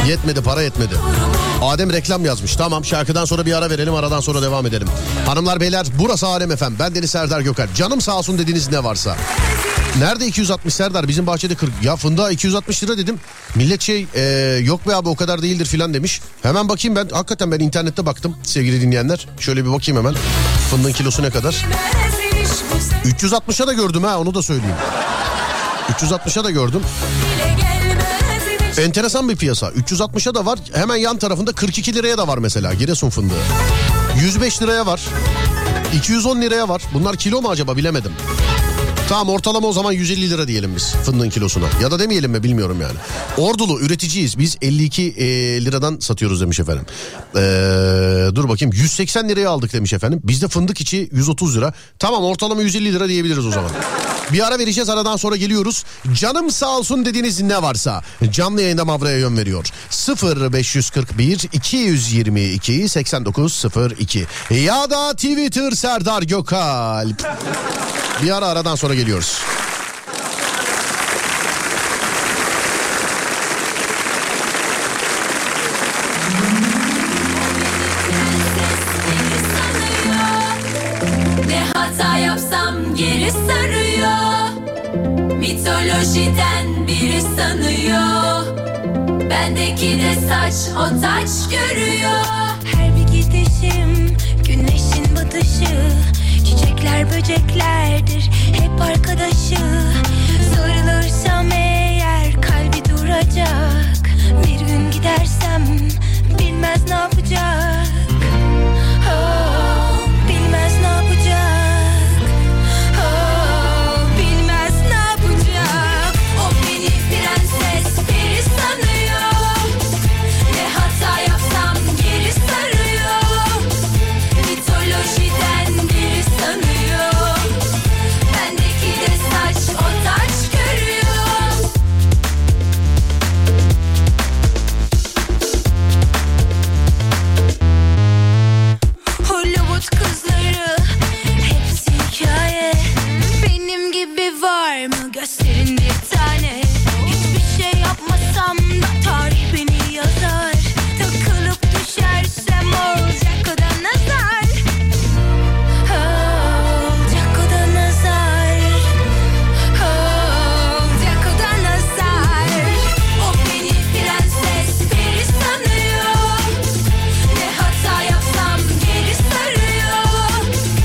Yetmedi, para yetmedi. Adem reklam yazmış. Tamam, şarkıdan sonra bir ara verelim, aradan sonra devam edelim. Hanımlar beyler, burası Alem F M. Ben Deniz Serdar Gökalp. Canım sağ olsun dediğiniz ne varsa. Nerede iki yüz altmış Serdar? Bizim bahçede kırk. Ya fındığa iki yüz altmış lira dedim. Millet şey e, yok be abi o kadar değildir filan demiş. Hemen bakayım ben. Hakikaten ben internette baktım sevgili dinleyenler. Şöyle bir bakayım hemen. Fındığın kilosu ne kadar? üç yüz altmışa da gördüm ha, onu da söyleyeyim. üç yüz altmışa da gördüm. Enteresan bir piyasa. üç yüz altmışa da var. Hemen yan tarafında kırk iki liraya da var mesela Giresun fındığı. yüz beş liraya var. iki yüz on liraya var. Bunlar kilo mu acaba, bilemedim. Tamam, ortalama o zaman yüz elli lira diyelim biz fındığın kilosuna. Ya da demeyelim mi bilmiyorum yani. Ordulu üreticiyiz. Biz elli iki e, liradan satıyoruz demiş efendim. Ee, dur bakayım, yüz seksen liraya aldık demiş efendim. Bizde fındık içi yüz otuz lira. Tamam, ortalama yüz elli lira diyebiliriz o zaman. Bir ara vereceğiz, aradan sonra geliyoruz. Canım sağ olsun dediğiniz ne varsa canlı yayında Mavra'ya yön veriyor. sıfır beş kırk bir iki yüz yirmi iki seksen dokuz sıfır iki ya da Twitter Serdar Gökalp. Bir ara aradan sonra geliyoruz. Ne hata yapsam geri sarıyor. Mitolojiden biri sanıyor. Bendeki de saç o taç görüyor. Her bir gidişim güneşin batışı. Çiçekler böceklerdir hep arkadaşı. Sarılırsam eğer kalbi duracak. Bir gün gidersem bilmez ne yapacak. Oh, bilmez ne yapacak. Oh, bilmez ne yapacak. O beni prenses peri sanıyor. Ne hata yapsam geri sarıyor. Mitolojiden biri sanıyor. Bendeki de saç o taç görüyor. Hollywood kızları hepsi hikaye. Benim gibi var mı gösterin bir tane. Hiçbir şey yapmasam da tarih beni yazar. Takılıp düşersem olacak o da nazar. Olacak o da nazar. Olacak o da nazar. O beni prenses peri sanıyor. Ne hata yapsam geri sarıyor.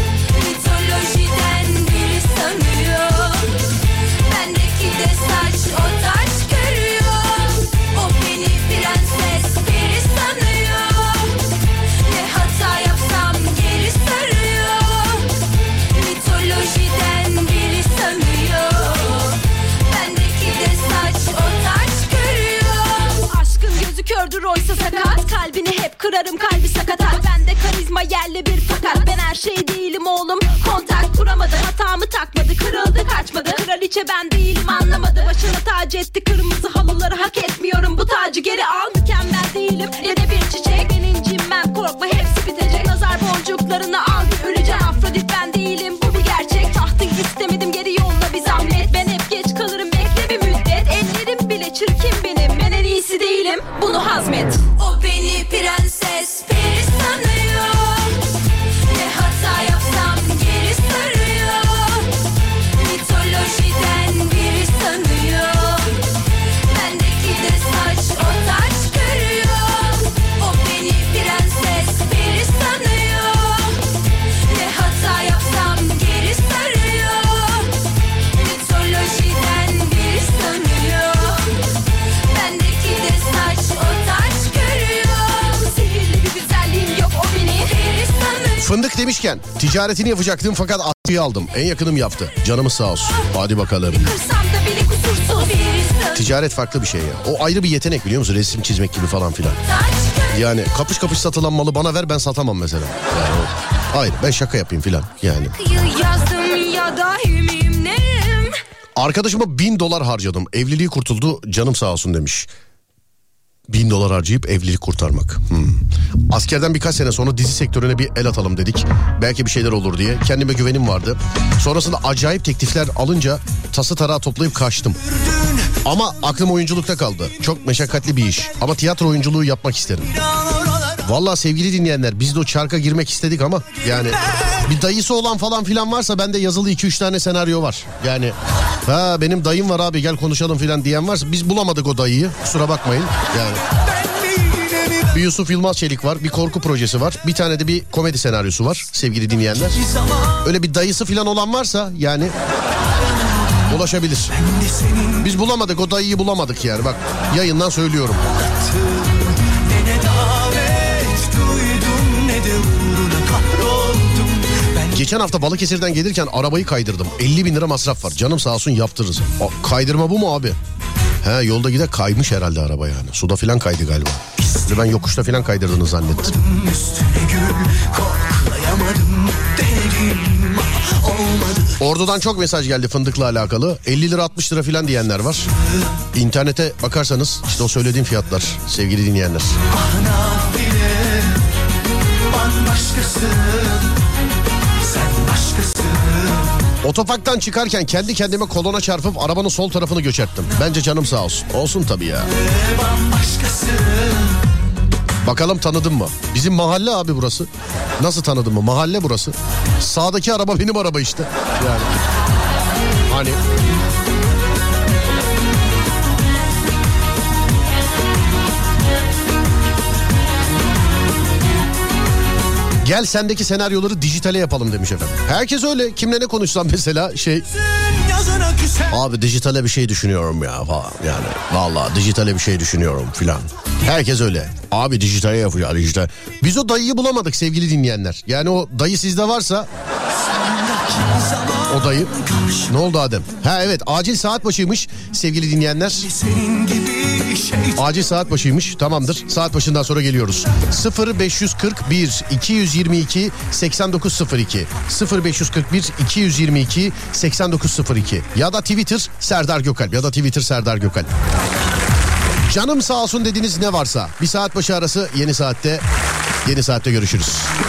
Mitolojiden biri sanıyor. Bendeki de saç o taç görüyor. O beni prenses peri sanıyor. Ne hata yapsam geri sarıyor. Mitolojiden biri sanıyor. Bendeki de saç o taç görüyor. Aşkın gözü kördür oysa sakat. Kalbini hep kırarım, kalbi sakatat. Bende karizma yerli bir fakat. Ben her şey değilim oğlum. Kontak kuramadı, hatamı takmadı. Kırıldı kaçmadı. Kraliçe ben değilim anlamadı. Başına tac etti kırmızı halıları. Hak etmiyorum bu tacı geri al. Mükemmel değilim ya da bir çiçek. Ben incinmem korkma hepsi bitecek. Nazar boncuklarını al bir öleceğim. Afrodit ben değilim bu bir gerçek. Tahtı istemedim geri yolla bir zahmet. Ben hep geç kalırım bekle bir müddet. Ellerim bile çirkin benim. Ben en iyisi değilim bunu hazmet. O beni prenses peri sanıyor. Ne hata yapsam geri sarıyor. Mitolojiden biri sanıyor. Bendeki de saç o taç görüyor. O beni prenses peri sanıyor. Ne hata yapsam geri sarıyor. Mitolojiden biri sanıyor. Bendeki de saç o taç görüyor. Sihirli bir güzelliğim yok o beni peri sanıyor. Fındık demişken ticaretini yapacaktım fakat askıyı aldım. En yakınım yaptı. Canımız sağ olsun. Hadi bakalım. Kırsam da bile kusursuz biri sanıyor. Ticaret farklı bir şey ya. O ayrı bir yetenek biliyor musun? Resim çizmek gibi falan filan. Yani kapış kapış satılan malı bana ver, ben satamam mesela. Yani o- hayır, ben şaka yapayım filan yani. Yazdım ya da Arkadaşıma bin dolar harcadım. Evliliği kurtuldu, canım sağ olsun demiş. Bin dolar harcayıp evlilik kurtarmak. Hmm. Askerden birkaç sene sonra dizi sektörüne bir el atalım dedik. Belki bir şeyler olur diye. Kendime güvenim vardı. Sonrasında acayip teklifler alınca tası tarağı toplayıp kaçtım. Ama aklım oyunculukta kaldı. Çok meşakkatli bir iş. Ama tiyatro oyunculuğu yapmak isterim. Vallahi sevgili dinleyenler, biz de o çarka girmek istedik ama yani bir dayısı olan falan filan varsa bende yazılı iki üç tane senaryo var. Yani ha benim dayım var abi gel konuşalım filan diyen varsa biz bulamadık o dayıyı. Kusura bakmayın yani. Bir Yusuf Yılmaz Çelik var, bir korku projesi var, bir tane de bir komedi senaryosu var sevgili dinleyenler. Öyle bir dayısı filan olan varsa yani ulaşabilir. Biz bulamadık, o dayıyı bulamadık yani, bak yayından söylüyorum. Geçen hafta Balıkesir'den gelirken arabayı kaydırdım. elli bin lira masraf var. Canım sağ olsun yaptırırız. A, kaydırma bu mu abi? He, yolda gide kaymış herhalde araba yani. Suda filan kaydı galiba. Size ben yokuşta filan kaydırdığını zannettim. Ordu'dan çok mesaj geldi fındıkla alakalı. elli lira altmış lira filan diyenler var. İnternete bakarsanız işte o söylediğim fiyatlar sevgili dinleyenler. Otoparktan çıkarken kendi kendime kolona çarpıp arabanın sol tarafını göçerttim. Bence canım sağ olsun. Olsun tabii ya. Bakalım tanıdın mı? Bizim mahalle abi burası. Nasıl tanıdın mı? Mahalle burası. Sağdaki araba benim araba işte. Yani. Hani... Gel sendeki senaryoları dijitale yapalım demiş efendim. Herkes öyle. Kimle ne konuşsam mesela şey... Abi dijitale bir şey düşünüyorum ya falan yani. Vallahi dijitale bir şey düşünüyorum filan. Herkes öyle. Abi dijitale yapıyor dijital. Biz o dayıyı bulamadık sevgili dinleyenler. Yani o dayı sizde varsa... O dayı. Ne oldu Adem? Ha evet, acil saat başıymış sevgili dinleyenler. Acil saat başıymış. Tamamdır. Saat başından sonra geliyoruz. sıfır beş kırk bir iki yüz yirmi iki seksen dokuz sıfır iki sıfır beş kırk bir iki yüz yirmi iki seksen dokuz sıfır iki ya da Twitter Serdar Gökalp ya da Twitter Serdar Gökalp. Canım sağ olsun dediğiniz ne varsa bir saat başı arası yeni saatte yeni saatte görüşürüz.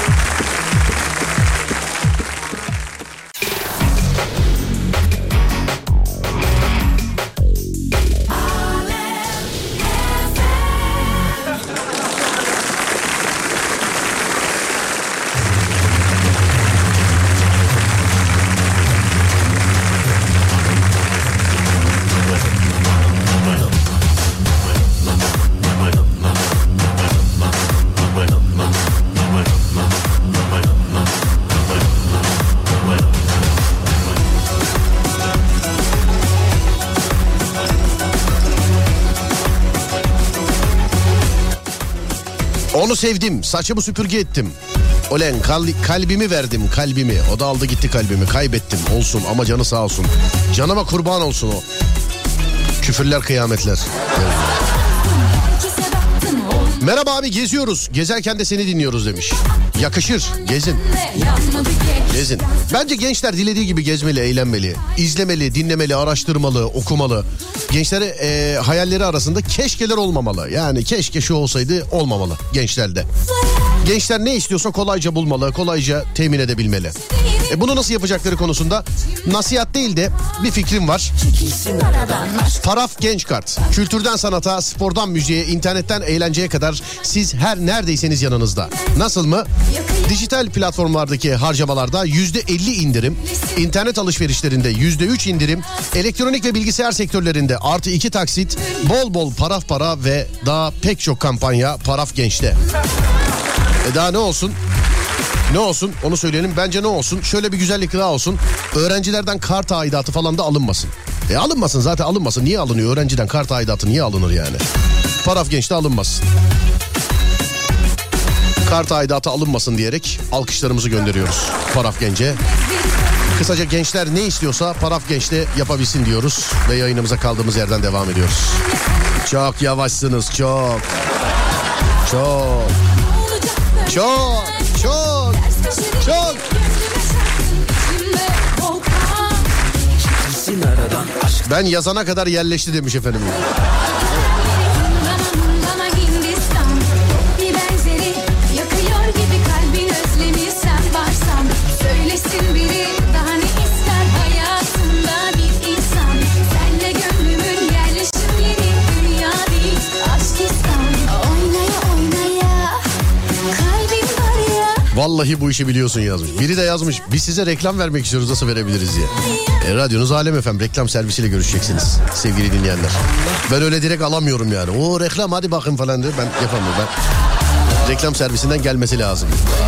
Onu sevdim, saçımı süpürge ettim. Olen kal- kalbimi verdim, kalbimi. O da aldı gitti kalbimi, kaybettim. Olsun ama canı sağ olsun. Canıma kurban olsun o. Küfürler, kıyametler. Evet. Merhaba abi, geziyoruz. Gezerken de seni dinliyoruz demiş. Yakışır, gezin. Gezin. Bence gençler dilediği gibi gezmeli, eğlenmeli. İzlemeli, dinlemeli, araştırmalı, okumalı. Gençlere e, hayalleri arasında keşkeler olmamalı. Yani keşke şu olsaydı olmamalı gençlerde. Gençler ne istiyorsa kolayca bulmalı, kolayca temin edebilmeli. E bunu nasıl yapacakları konusunda nasihat değil de bir fikrim var. Paraf Genç Kart. Kültürden sanata, spordan müziğe, internetten eğlenceye kadar siz her neredeyseniz yanınızda. Nasıl mı? Dijital platformlardaki harcamalarda yüzde elli indirim, internet alışverişlerinde yüzde üç indirim, elektronik ve bilgisayar sektörlerinde artı iki taksit, bol bol paraf para ve daha pek çok kampanya Paraf Genç'te. E daha ne olsun? Ne olsun onu söyleyelim. Bence ne olsun? Şöyle bir güzellik daha olsun. Öğrencilerden kart aidatı falan da alınmasın. E alınmasın zaten, alınmasın. Niye alınıyor? Öğrenciden kart aidatı niye alınır yani? Paraf Genç'te alınmasın. Kart aidatı alınmasın diyerek alkışlarımızı gönderiyoruz Paraf Genç'e. Kısaca gençler ne istiyorsa Paraf Genç'te yapabilsin diyoruz. Ve yayınımıza kaldığımız yerden devam ediyoruz. Çok yavaşsınız, çok. Çok. Çok. Çok. Çok. Ben yazana kadar yerleşti demiş efendim. Vallahi bu işi biliyorsun yazmış. Biri de yazmış. Biz size reklam vermek istiyoruz, nasıl verebiliriz diye. E, radyonuz Alem F M reklam servisiyle görüşeceksiniz sevgili dinleyenler. Ben öyle direkt alamıyorum yani. O reklam hadi bakın falan diye ben yapamıyorum. Ben reklam servisinden gelmesi lazım.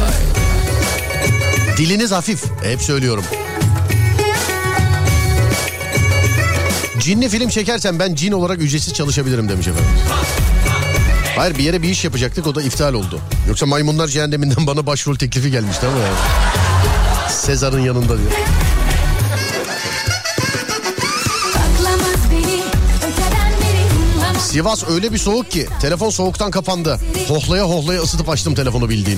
Diliniz hafif. Hep söylüyorum. Cinli film çekersen ben cin olarak ücretsiz çalışabilirim demiş efendim. Hayır, bir yere bir iş yapacaktık, o da iptal oldu. Yoksa Maymunlar Cehennemi'nden bana başrol teklifi gelmişti ama yani. Sezar'ın yanında diyor. Sivas öyle bir soğuk ki telefon soğuktan kapandı. Hohlaya hohlaya ısıtıp açtım telefonu bildiğin.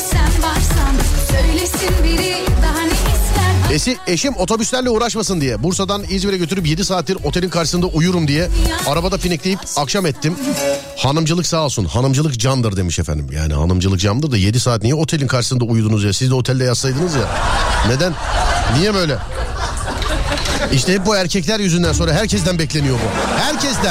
Esi, eşim otobüslerle uğraşmasın diye Bursa'dan İzmir'e götürüp yedi saattir otelin karşısında uyurum diye arabada pinekleyip akşam ettim. Hanımcılık sağ olsun, hanımcılık candır demiş efendim. Yani hanımcılık candır da yedi saat niye otelin karşısında uyudunuz ya? Siz de otelde yatsaydınız ya. Neden? Niye böyle? İşte hep bu erkekler yüzünden sonra herkesten bekleniyor bu. Herkesten.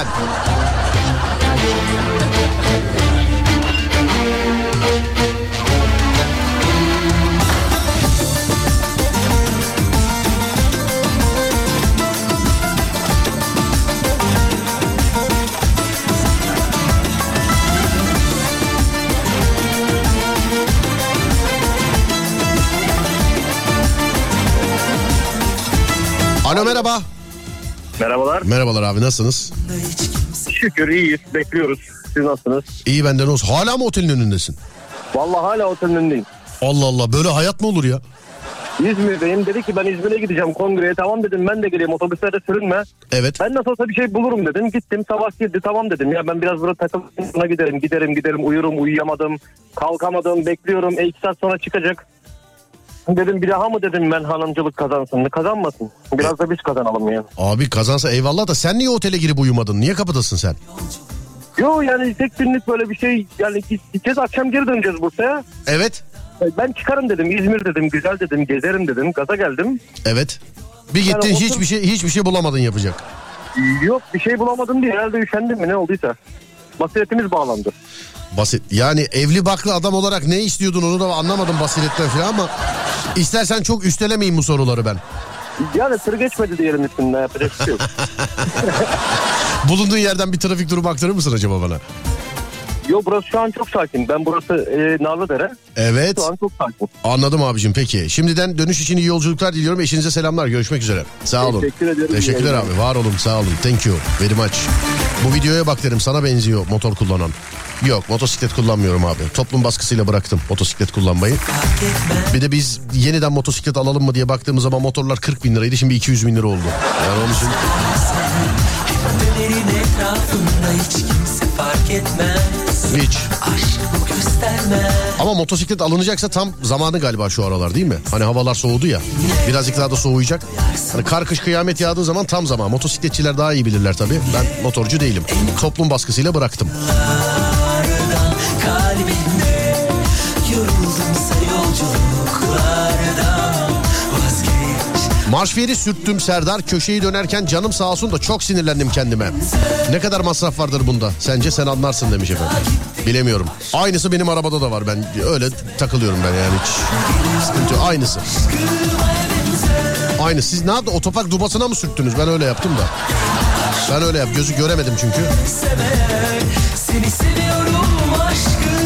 Alo, merhaba. Merhabalar. Merhabalar abi, nasılsınız? Şükür iyiyiz, bekliyoruz. Siz nasılsınız? İyi, benden olsun. Hala mı otelin önündesin? Vallahi hala otelin önündeyim. Allah Allah, böyle hayat mı olur ya? İzmir'deyim, dedi ki ben İzmir'e gideceğim kongreye, tamam dedim, ben de geleyim, otobüslerde sürünme. Evet. Ben nasıl olsa bir şey bulurum dedim, gittim, sabah girdi, tamam dedim ya ben biraz burada takılıp sonra giderim giderim giderim uyurum, uyuyamadım, kalkamadım, bekliyorum, e iki saat sonra çıkacak. Dedim bir daha mı dedim ben hanımcılık kazansın, kazanmasın, biraz da biz kazanalım ya. Abi kazansa eyvallah da sen niye otele girip uyumadın, niye kapıdasın sen? Yo yani tek günlük böyle bir şey, yani gideceğiz, akşam geri döneceğiz Bursa'ya. Evet. Ben çıkarım dedim, İzmir dedim, güzel dedim, gezerim dedim, gaza geldim. Evet. Bir gittin yani hiçbir şey hiçbir şey bulamadın yapacak. Yok, bir şey bulamadım diye herhalde üşendim mi ne olduysa. Basiretimiz bağlandı. Basit. Yani evli barklı adam olarak ne istiyordun onu da anlamadım basiretten falan ama istersen çok üstelemeyeyim bu soruları ben. Yani tır geçmedi diyelim üstünde, yapacak bir şey yok. Bulunduğun yerden bir trafik durumu aktarır mısın acaba bana? Yok, burası şu an çok sakin. Ben burası e, Narlıdere. Evet. Şu an çok sakin. Anladım abicim, peki. Şimdiden dönüş için iyi yolculuklar diliyorum. Eşinize selamlar. Görüşmek üzere. Sağ olun. Teşekkür ederim. Teşekkürler abi. Var olun, sağ olun. Thank you very much. Bu videoya bak derim, sana benziyor motor kullanan. Yok, motosiklet kullanmıyorum abi. Toplum baskısıyla bıraktım motosiklet kullanmayı. Bir de biz yeniden motosiklet alalım mı diye baktığımız zaman motorlar kırk bin liraydı. Şimdi iki yüz bin lira oldu. Yani onun için... Hiç. Ama motosiklet alınacaksa tam zamanı galiba şu aralar, değil mi? Hani havalar soğudu ya. Birazcık daha da soğuyacak. Hani kar kış kıyamet yağdığı zaman tam zaman. Motosikletçiler daha iyi bilirler tabii. Ben motorcu değilim. Toplum baskısıyla bıraktım. Marşfiyeri sürttüm Serdar, köşeyi dönerken canım sağ olsun da çok sinirlendim kendime. Ne kadar masraf vardır bunda? Sence sen anlarsın demiş efendim. Bilemiyorum. Aynısı benim arabada da var, ben öyle takılıyorum ben yani hiç sıkıntı yok. Aynısı. Aynı. Siz ne yaptınız? Otopark dubasına mı sürttünüz? Ben öyle yaptım da. Ben öyle yap. Gözü göremedim çünkü. Seni seviyorum aşkım.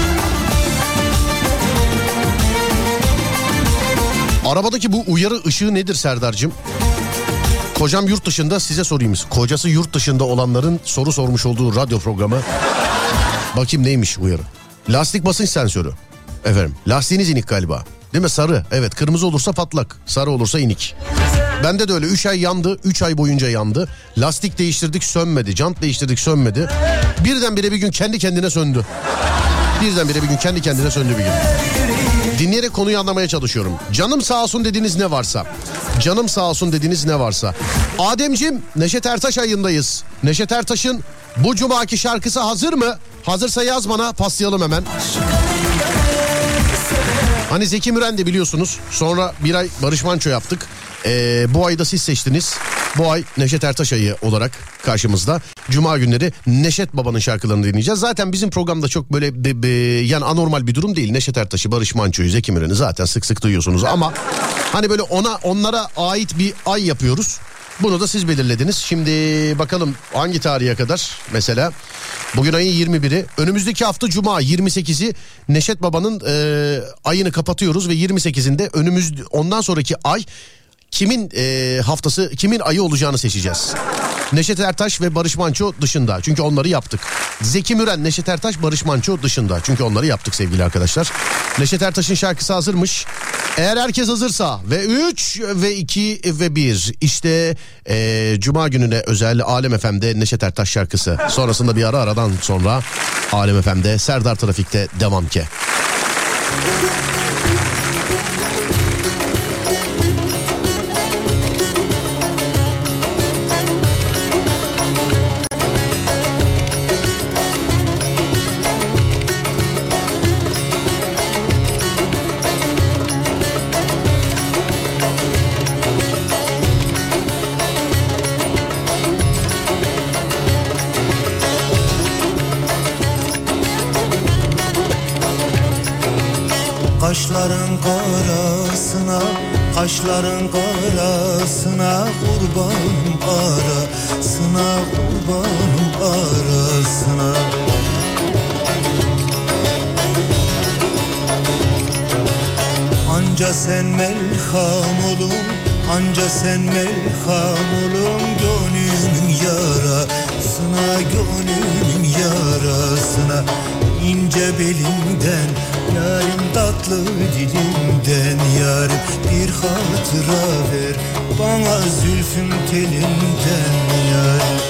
Arabadaki bu uyarı ışığı nedir Serdar'cığım? Kocam yurt dışında, size sorayım. Kocası yurt dışında olanların soru sormuş olduğu radyo programı. Bakayım neymiş uyarı? Lastik basınç sensörü. Efendim, lastiğiniz inik galiba. Değil mi? Sarı. Evet, kırmızı olursa patlak. Sarı olursa inik. Bende de öyle üç ay yandı. üç ay boyunca yandı. Lastik değiştirdik, sönmedi. Jant değiştirdik, sönmedi. Birdenbire bir gün kendi kendine söndü. Birdenbire bir gün kendi kendine söndü bir gün. Dinleyerek konuyu anlamaya çalışıyorum. Canım sağ olsun dediğiniz ne varsa. Canım sağ olsun dediğiniz ne varsa. Ademciğim, Neşet Ertaş ayındayız. Neşet Ertaş'ın bu cumaki şarkısı hazır mı? Hazırsa yaz bana, paslayalım hemen. Hani Zeki Müren de biliyorsunuz. Sonra bir ay Barış Manço yaptık. Ee, bu ayda siz seçtiniz. Bu ay Neşet Ertaş ayı olarak karşımızda. Cuma günleri Neşet Baba'nın şarkılarını dinleyeceğiz. Zaten bizim programda çok böyle be, be, yani anormal bir durum değil. Neşet Ertaş'ı, Barış Manço'yu, Zeki Müren'i zaten sık sık duyuyorsunuz. Ama hani böyle ona onlara ait bir ay yapıyoruz. Bunu da siz belirlediniz. Şimdi bakalım hangi tarihe kadar mesela. Bugün ayın yirmi biri. Önümüzdeki hafta Cuma yirmi sekizi Neşet Baba'nın e, ayını kapatıyoruz ve yirmi sekizinde önümüz ondan sonraki ay kimin e, haftası, kimin ayı olacağını seçeceğiz. Neşet Ertaş ve Barış Manço dışında. Çünkü onları yaptık. Zeki Müren, Neşet Ertaş, Barış Manço dışında. Çünkü onları yaptık sevgili arkadaşlar. Neşet Ertaş'ın şarkısı hazırmış. Eğer herkes hazırsa ve üç ve iki ve bir işte e, Cuma gününe özel Alem F M'de Neşet Ertaş şarkısı. Sonrasında bir ara aradan sonra Alem F M'de Serdar Trafik'te devam ki. Kaşların karasına, kaşların karasına kurbanım arasına, kurbanım arasına. Anca sen melham olun, anca sen melham olun gönlümün yarasına, gönlümün yarasına. İnce belimden, yarim tatlı dilimden, yarim bir hatıra ver bana zülfüm telinden, yarim.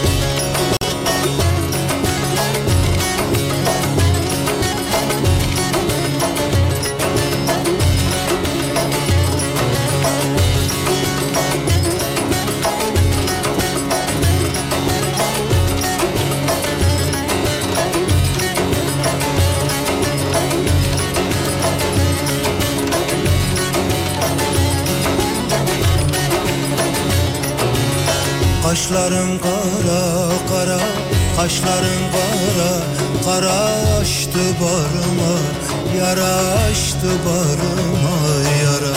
Kaşların kara kara, kaşların kara kara açtı barıma, yara açtı barıma, yara.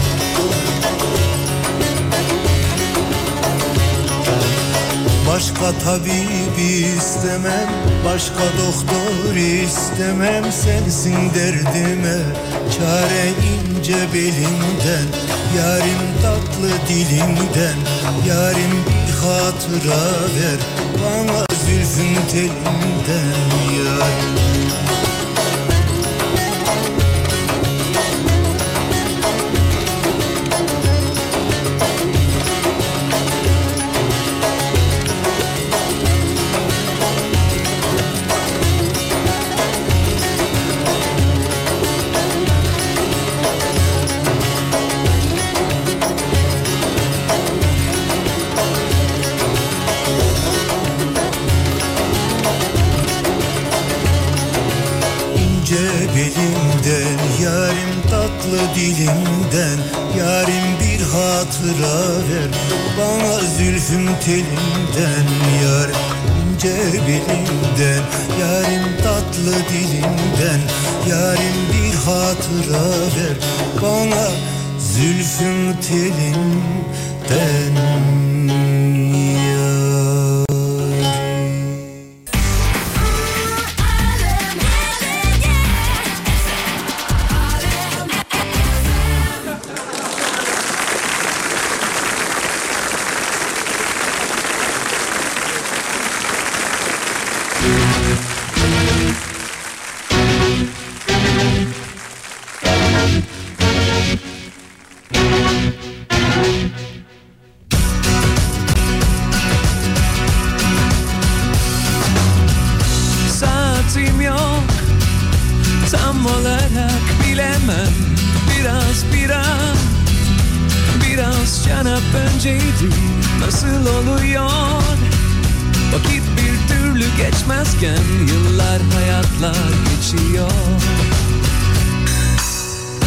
Başka tabip istemem, başka doktor istemem, sensin derdime çare ince belimden, yarim tatlı dilimden, yarim bir hatıra ver bana zülfün telinden, yarim. Dilimden yarim bir hatıra ver bana zülfüm telinden, yar ince belimden, yarim tatlı dilimden, yarim bir hatıra ver bana zülfüm telinden, yar. Önceydi nasıl oluyor? Vakit bir türlü geçmezken yıllar hayatlar geçiyor.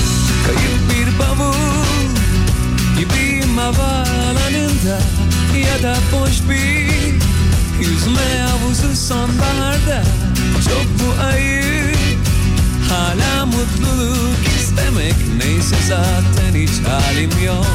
Kayıp bir bavul gibiyim havaalanında, da boş bir yüzme havuzu sonbaharda. Çok bu ayıp, hala mutluluk istemek. Neyse zaten hiç halim yok.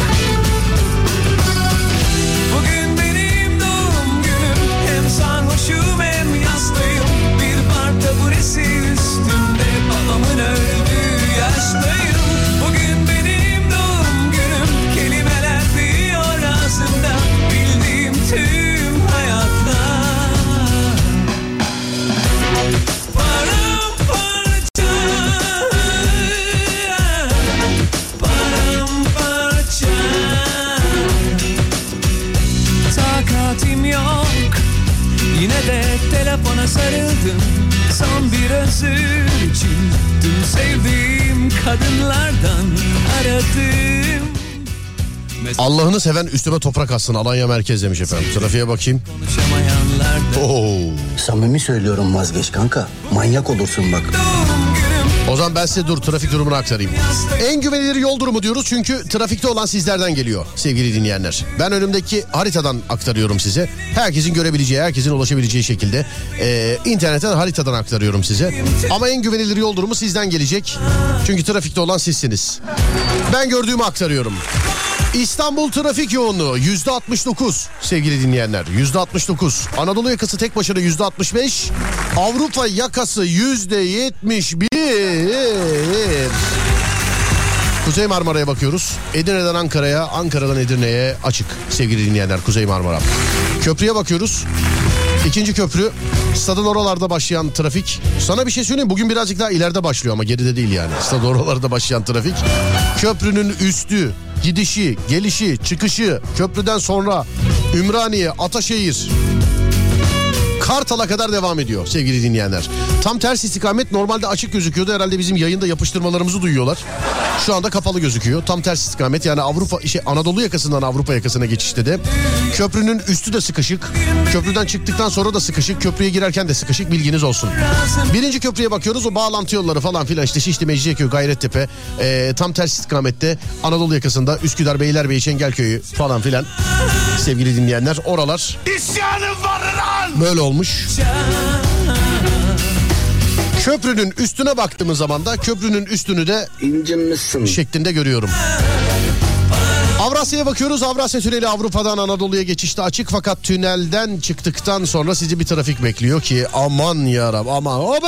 Bugün benim doğum günüm, hem sarhoşum hem yastayım. Bir park taburesi üstünde babamın öldüğü yaştayım. Bugün benim doğum günüm, kelimeler diyor ağzımda, bildiğim tüm hayatlar. Paramparça, paramparça. Takatim yok, yine de telefona sarıldım. Son bir özür için dün sevdiğim kadınlardan aradım. Allah'ını seven üstüme toprak atsın. Alanya merkez demiş efendim. Trafiğe bakayım. Oo. Samimi söylüyorum, vazgeç kanka. Manyak olursun bak. O zaman ben size dur trafik durumunu aktarayım. En güvenilir yol durumu diyoruz çünkü trafikte olan sizlerden geliyor sevgili dinleyenler. Ben önümdeki haritadan aktarıyorum size. Herkesin görebileceği, herkesin ulaşabileceği şekilde e, internetten, haritadan aktarıyorum size. Ama en güvenilir yol durumu sizden gelecek. Çünkü trafikte olan sizsiniz. Ben gördüğümü aktarıyorum. İstanbul trafik yoğunluğu yüzde altmış dokuz sevgili dinleyenler, yüzde altmış dokuz. Anadolu yakası tek başına yüzde altmış beş. Avrupa yakası yüzde yetmiş bir. Kuzey Marmara'ya bakıyoruz. Edirne'den Ankara'ya, Ankara'dan Edirne'ye açık sevgili dinleyenler, Kuzey Marmara. Köprüye bakıyoruz. İkinci köprü, stadın oralarda başlayan trafik. Sana bir şey söyleyeyim, bugün birazcık daha ileride başlıyor ama geride değil yani. Stadın oralarda başlayan trafik. Köprünün üstü, gidişi, gelişi, çıkışı, köprüden sonra Ümraniye, Ataşehir, Kartal'a kadar devam ediyor sevgili dinleyenler. Tam ters istikamet normalde açık gözüküyordu. Herhalde bizim yayında yapıştırmalarımızı duyuyorlar. Şu anda kapalı gözüküyor. Tam ters istikamet, yani Avrupa, şey, Anadolu yakasından Avrupa yakasına geçişte de. Köprünün üstü de sıkışık. Köprüden çıktıktan sonra da sıkışık. Köprüye girerken de sıkışık, bilginiz olsun. Birinci köprüye bakıyoruz. O bağlantı yolları falan filan işte Şişli, Mecidiyeköy, Gayrettepe. Ee, tam ters istikamette Anadolu yakasında Üsküdar, Beylerbeyi, Çengelköy'ü falan filan. Sevgili dinleyenler, oralar İsyanım var lan! Böyle olmuş. Köprünün üstüne baktığımız zaman da köprünün üstünü de incinmişsin şeklinde görüyorum. Avrasya'ya bakıyoruz. Avrasya tüneli Avrupa'dan Anadolu'ya geçişte açık, fakat tünelden çıktıktan sonra sizi bir trafik bekliyor ki aman yarab aman. Obe!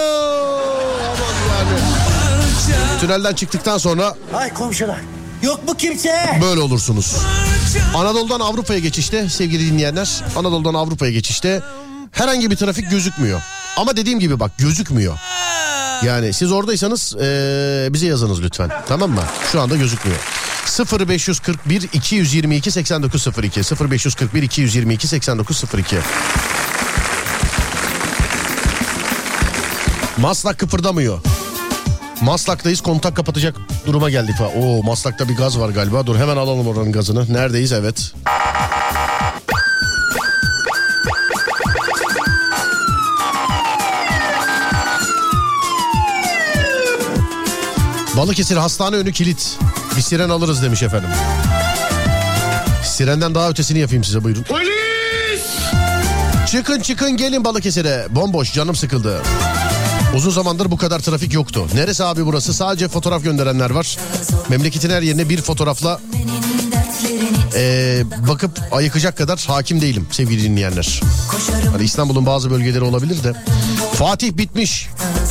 Aman yani. Tünelden çıktıktan sonra Ay komşular, yok mu kimse? Böyle olursunuz. Anadolu'dan Avrupa'ya geçişte sevgili dinleyenler, Anadolu'dan Avrupa'ya geçişte herhangi bir trafik gözükmüyor. Ama dediğim gibi bak, gözükmüyor. Yani siz oradaysanız ee, bize yazınız lütfen, tamam mı? Şu anda gözükmüyor. sıfır beş kırk bir iki yüz yirmi iki seksen dokuz sıfır iki sıfır beş kırk bir iki yüz yirmi iki seksen dokuz sıfır iki. Maslak kıpırdamıyor. Maslak'tayız, kontak kapatacak duruma geldik falan. Oo, Maslak'ta bir gaz var galiba. Dur hemen alalım oranın gazını. Neredeyiz? Evet. Balıkesir hastane önü kilit. Bir siren alırız demiş efendim. Sirenden daha ötesini yapayım size, buyurun. Polis! Çıkın çıkın gelin Balıkesir'e. Bomboş, canım sıkıldı. Uzun zamandır bu kadar trafik yoktu. Neresi abi burası? Sadece fotoğraf gönderenler var. Memleketin her yerine bir fotoğrafla ee, bakıp ayıkacak kadar hakim değilim sevgili dinleyenler. Hani İstanbul'un bazı bölgeleri olabilir de. Fatih bitmiş.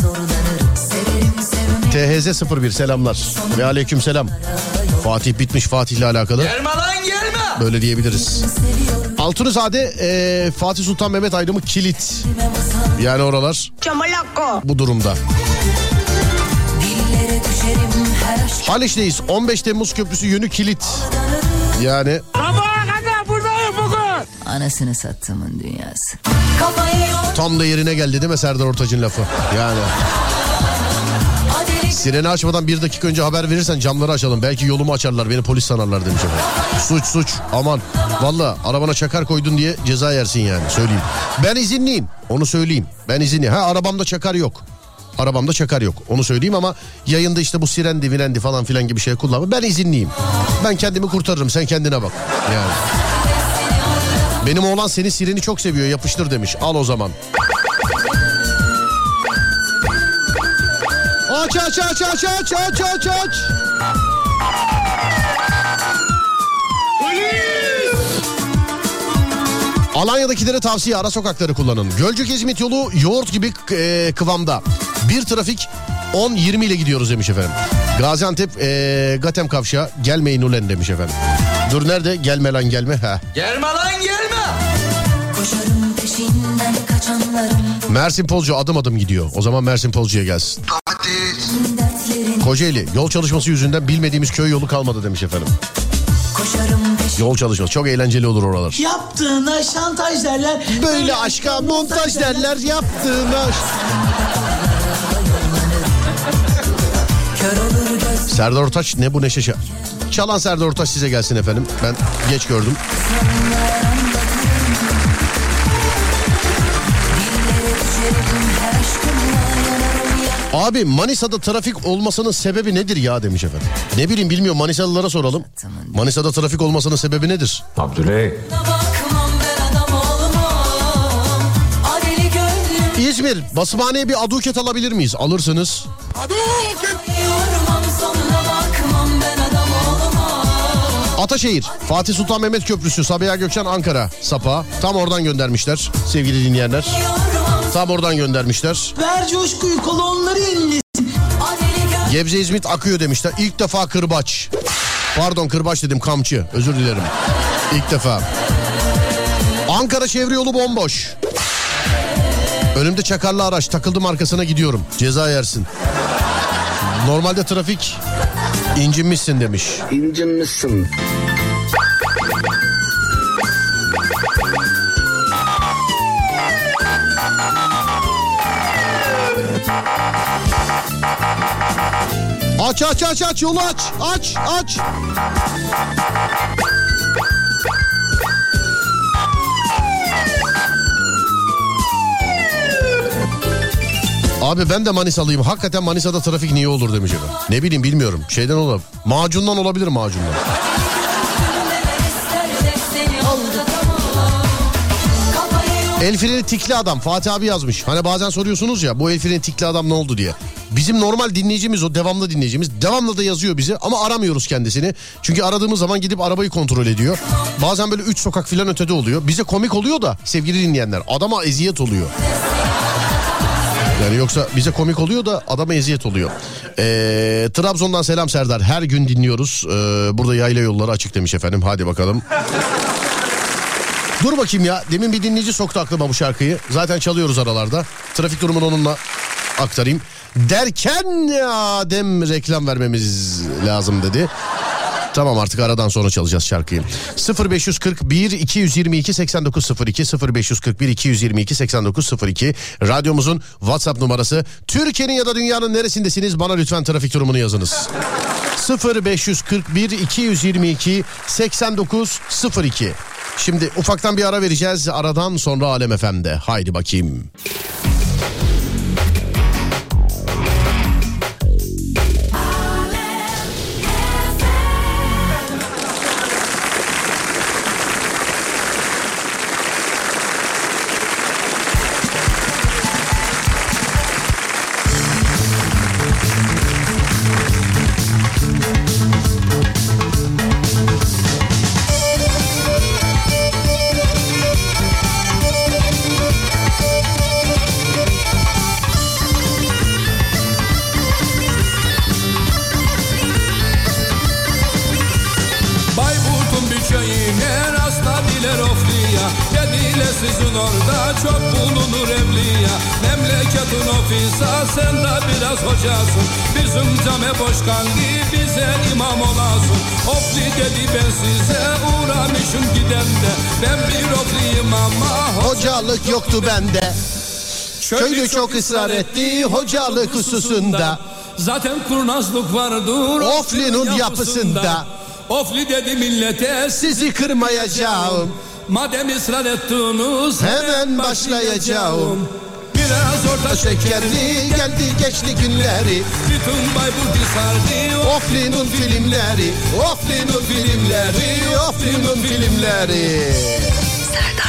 T H Z sıfır bir selamlar ve aleyküm selam. Fatih bitmiş, Fatih'le alakalı. Gelme lan gelme. Böyle diyebiliriz. Altunizade e, Fatih Sultan Mehmet ayrımı kilit. Yani oralar bu durumda. Haliç'teyiz. on beş Temmuz Köprüsü yönü kilit. Yani Sabaha kadar buradayım bugün. Anasını sattığımın dünyası. tam da yerine geldi değil mi Serdar Ortaç'ın lafı? Yani sireni açmadan bir dakika önce haber verirsen camları açalım. Belki yolumu açarlar, beni polis sanarlar demiş efendim. Suç suç aman. Valla arabana çakar koydun diye ceza yersin yani, söyleyeyim. Ben izinliyim, onu söyleyeyim. Ben izinliyim. Ha, arabamda çakar yok. Arabamda çakar yok, onu söyleyeyim, ama yayında işte bu sirendi virendi falan filan gibi şey kullanma. Ben izinliyim. Ben kendimi kurtarırım, sen kendine bak. Yani. Benim oğlan senin sireni çok seviyor, yapıştır demiş. Al o zaman. Aç aç aç aç aç aç aç aç. Alanya'dakilere tavsiye, ara sokakları kullanın. Gölcük-İzmit yolu yoğurt gibi e, kıvamda. Bir trafik on yirmi ile gidiyoruz demiş efendim. Gaziantep e, Gatem Kavşağı, gelmeyin ulen demiş efendim. Dur nerede? Gelme lan gelme. Ha. Gelme lan gelme. Koşarım peşinden kaçanların. Mersin Polcu adım adım gidiyor. O zaman Mersin Polcu'ya gelsin. Kocaeli yol çalışması yüzünden bilmediğimiz köy yolu kalmadı demiş efendim. Yol çalışması çok eğlenceli olur oralar. Yaptığına şantaj derler. Böyle aşka montaj derler, yaptığına. Serdar Ortaç ne bu neşe. Çalan Serdar Ortaç size gelsin efendim. Ben geç gördüm. Abi Manisa'da trafik olmasının sebebi nedir ya demiş efendim. Ne bileyim, bilmiyorum, Manisalılara soralım. Manisa'da trafik olmasının sebebi nedir? Abdüley. İzmir basımhaneye bir aduket alabilir miyiz? Alırsınız. Ataşehir Fatih Sultan Mehmet Köprüsü Sabiha Gökçen Ankara Sapa, tam oradan göndermişler sevgili dinleyenler. Tam oradan göndermişler. Ver coşkuyu, kolonları inlesin. Gebze İzmit akıyor demişler. İlk defa kırbaç. Pardon kırbaç dedim, kamçı. Özür dilerim. İlk defa. Ankara çevre yolu bomboş. Önümde çakarlı araç, takıldım arkasına gidiyorum. Ceza yersin. Normalde trafik, incinmişsin demiş. İncinmişsin. Aç aç aç aç yolu aç aç aç. Abi ben de Manisalıyım. Hakikaten Manisa'da trafik niye olur demiş efendim. Ne bileyim, bilmiyorum. Şeyden olabilir. Macundan olabilir, macundan. El freni tikli adam. Fatih abi yazmış. Hani bazen soruyorsunuz ya, bu el freni tikli adam ne oldu diye. Bizim normal dinleyicimiz o, devamlı dinleyicimiz. Devamlı da yazıyor bizi ama aramıyoruz kendisini. Çünkü aradığımız zaman gidip arabayı kontrol ediyor. Bazen böyle üç sokak filan ötede oluyor. Bize komik oluyor da sevgili dinleyenler, adama eziyet oluyor. Yani yoksa bize komik oluyor da adama eziyet oluyor. Ee, Trabzon'dan selam Serdar. Her gün dinliyoruz. Ee, burada yayla yolları açık demiş efendim. Hadi bakalım. Dur bakayım ya. Demin bir dinleyici soktu aklıma bu şarkıyı. Zaten çalıyoruz aralarda. Trafik durumunu onunla aktarayım. Derken Adem reklam vermemiz lazım dedi. Tamam, artık aradan sonra çalacağız şarkıyı. sıfır beş kırk bir iki yüz yirmi iki seksen dokuz sıfır iki sıfır beş kırk bir iki yüz yirmi iki seksen dokuz sıfır iki radyomuzun WhatsApp numarası. Türkiye'nin ya da dünyanın neresindesiniz, bana lütfen trafik durumunu yazınız. sıfır beş kırk bir iki yüz yirmi iki seksen dokuz sıfır iki. Şimdi ufaktan bir ara vereceğiz. Aradan sonra Alem F M'de. Haydi bakayım. Sizin orada çok bulunur evliya. Memleketin ofisa, sen de biraz hocasın. Bizim came boş kalbi, bize imam olasın. Ofli dedi ben size uğramışım gidemde. Ben bir ofliyim ama hocalık yoktu bende. Köylü çok ısrar etti hocalık hususunda. Zaten kurnazlık vardır Ofli'nin yapısında. Ofli dedi millete sizi kırmayacağım. Madem ısrar ettiniz hemen başlayacağım. Biraz orta şekerli geldi geçti günleri. Bütün Bayburt'u sardı Ofli'nin filmleri. Ofli'nin filmleri. Ofli'nin filmleri.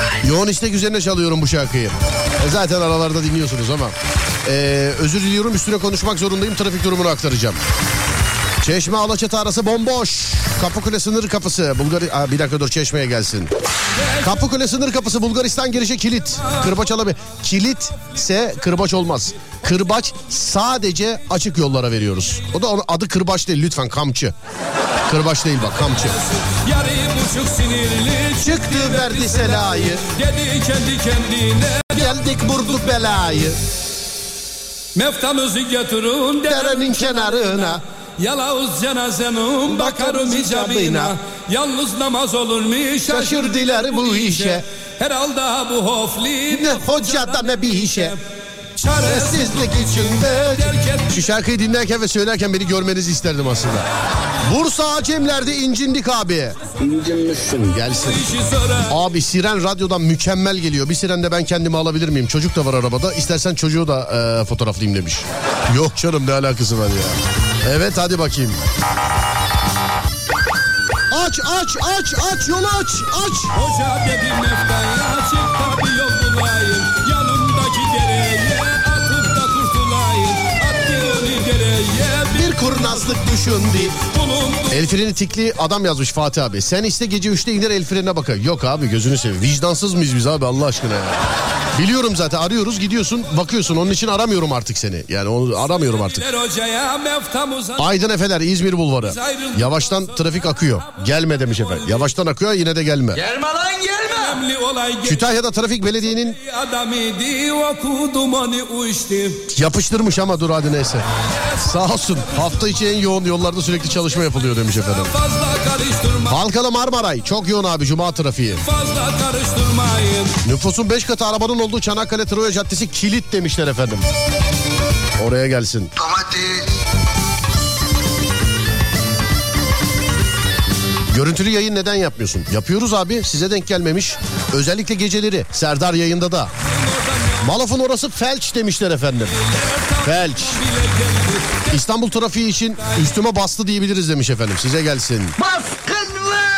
Yoğun istek üzerine çalıyorum bu şarkıyı. E zaten aralarda dinliyorsunuz ama. Ee, özür diliyorum, üstüne konuşmak zorundayım. Trafik durumunu aktaracağım. Çeşme Alaçatı arası bomboş. Kapıkule sınır kapısı. Bulgar... Aa, bir dakika dur, Çeşme'ye gelsin. Kapıkule sınır kapısı Bulgaristan girişi kilit. Kırbaç alabilir. Kilitse kırbaç olmaz. Kırbaç sadece açık yollara veriyoruz. O da onun adı kırbaç değil lütfen, kamçı. Kırbaç değil bak, kamçı. Yarı buçuk sinirli çıktı verdi selayı. Dedi kendi kendine geldik vurduk belayı. Meftamızı götürün derenin kenarına. Yalavuz cenazenin bakarım icabına. Yalnız namaz olur mu şaşır diler bu işe. Herhalde bu hofli ne hocada ne bir işe. Çaresizlik içinde. Şu şarkıyı dinlerken ve söylerken beni görmenizi isterdim aslında. Bursa Acemler'de incindik abi. İncinmişsin. Gelsin. Abi siren radyodan mükemmel geliyor. Bir siren de ben kendime alabilir miyim? Çocuk da var arabada. İstersen çocuğu da e, fotoğraflayayım demiş. Yok canım, ne alakası var ya. Evet hadi bakayım. Aç aç aç aç yolu aç aç. Hoca dedi meftaya çık tabi yol bulayım. Yanımdaki dereye atıp da kurtulayım. Attı onu dereye bir kurnazlık düşündü. El freni tikli adam yazmış Fatih abi. Sen iste gece üçte iner el frenine bakar. Yok abi, gözünü seveyim. Vicdansız mıyız biz abi Allah aşkına ya. Biliyorum zaten, arıyoruz gidiyorsun bakıyorsun, onun için aramıyorum artık seni. Yani onu aramıyorum artık. Aydın Efeler İzmir Bulvarı. Yavaştan trafik akıyor. Gelme demiş efendim. Yavaştan akıyor, yine de gelme. Gelme lan gelme. Kütahya'da trafik belediyenin yapıştırmış ama dur hadi neyse. Sağ olsun, hafta içi en yoğun yollarda sürekli çalışma yapılıyor demiş efendim. Halkalı Marmaray çok yoğun abi, cuma trafiği. Nüfusun beş katı arabanın olduğu Çanakkale Troya Caddesi kilit demişler efendim. Oraya gelsin. Görüntülü yayın neden yapmıyorsun? Yapıyoruz abi, size denk gelmemiş. Özellikle geceleri Serdar yayında da. Malof'un orası felç demişler efendim. Felç. İstanbul trafiği için üstüme bastı diyebiliriz demiş efendim. Size gelsin. Baskın var.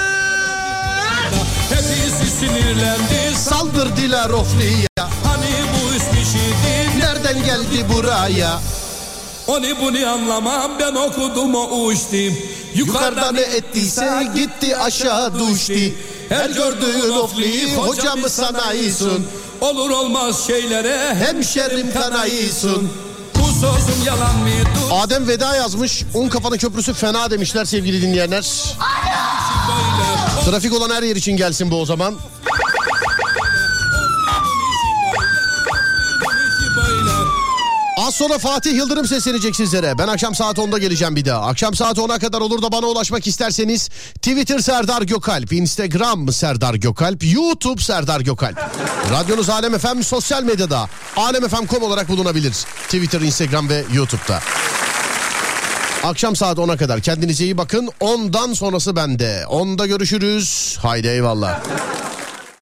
Hepsi sinirlendi. Saldırdılar Ofli'ye. Hani bu üst kişiydi. Nereden geldi buraya? Onu bunu anlamam, ben okudum o uçtum. Yukarıda ne ettiyse gitti aşağı düştü. Her gördüğün Ofli hocamı sanayısın. Olur olmaz şeylere hemşerim kanayısın. Bu sözüm yalan mıydı? Adem Veda yazmış. Unkapanı Köprüsü fena demişler sevgili dinleyenler. Trafik olan her yer için gelsin bu o zaman. Az sonra Fatih Yıldırım seslenecek sizlere. Ben akşam saat onda geleceğim bir daha. Akşam saat ona kadar olur da bana ulaşmak isterseniz Twitter Serdar Gökalp, Instagram Serdar Gökalp, YouTube Serdar Gökalp. Radyonuz Alem F M, sosyal medyada alem f m nokta com olarak bulunabilir. Twitter, Instagram ve YouTube'da. Akşam saat ona kadar kendinize iyi bakın. ondan sonrası bende. onda görüşürüz. Haydi eyvallah.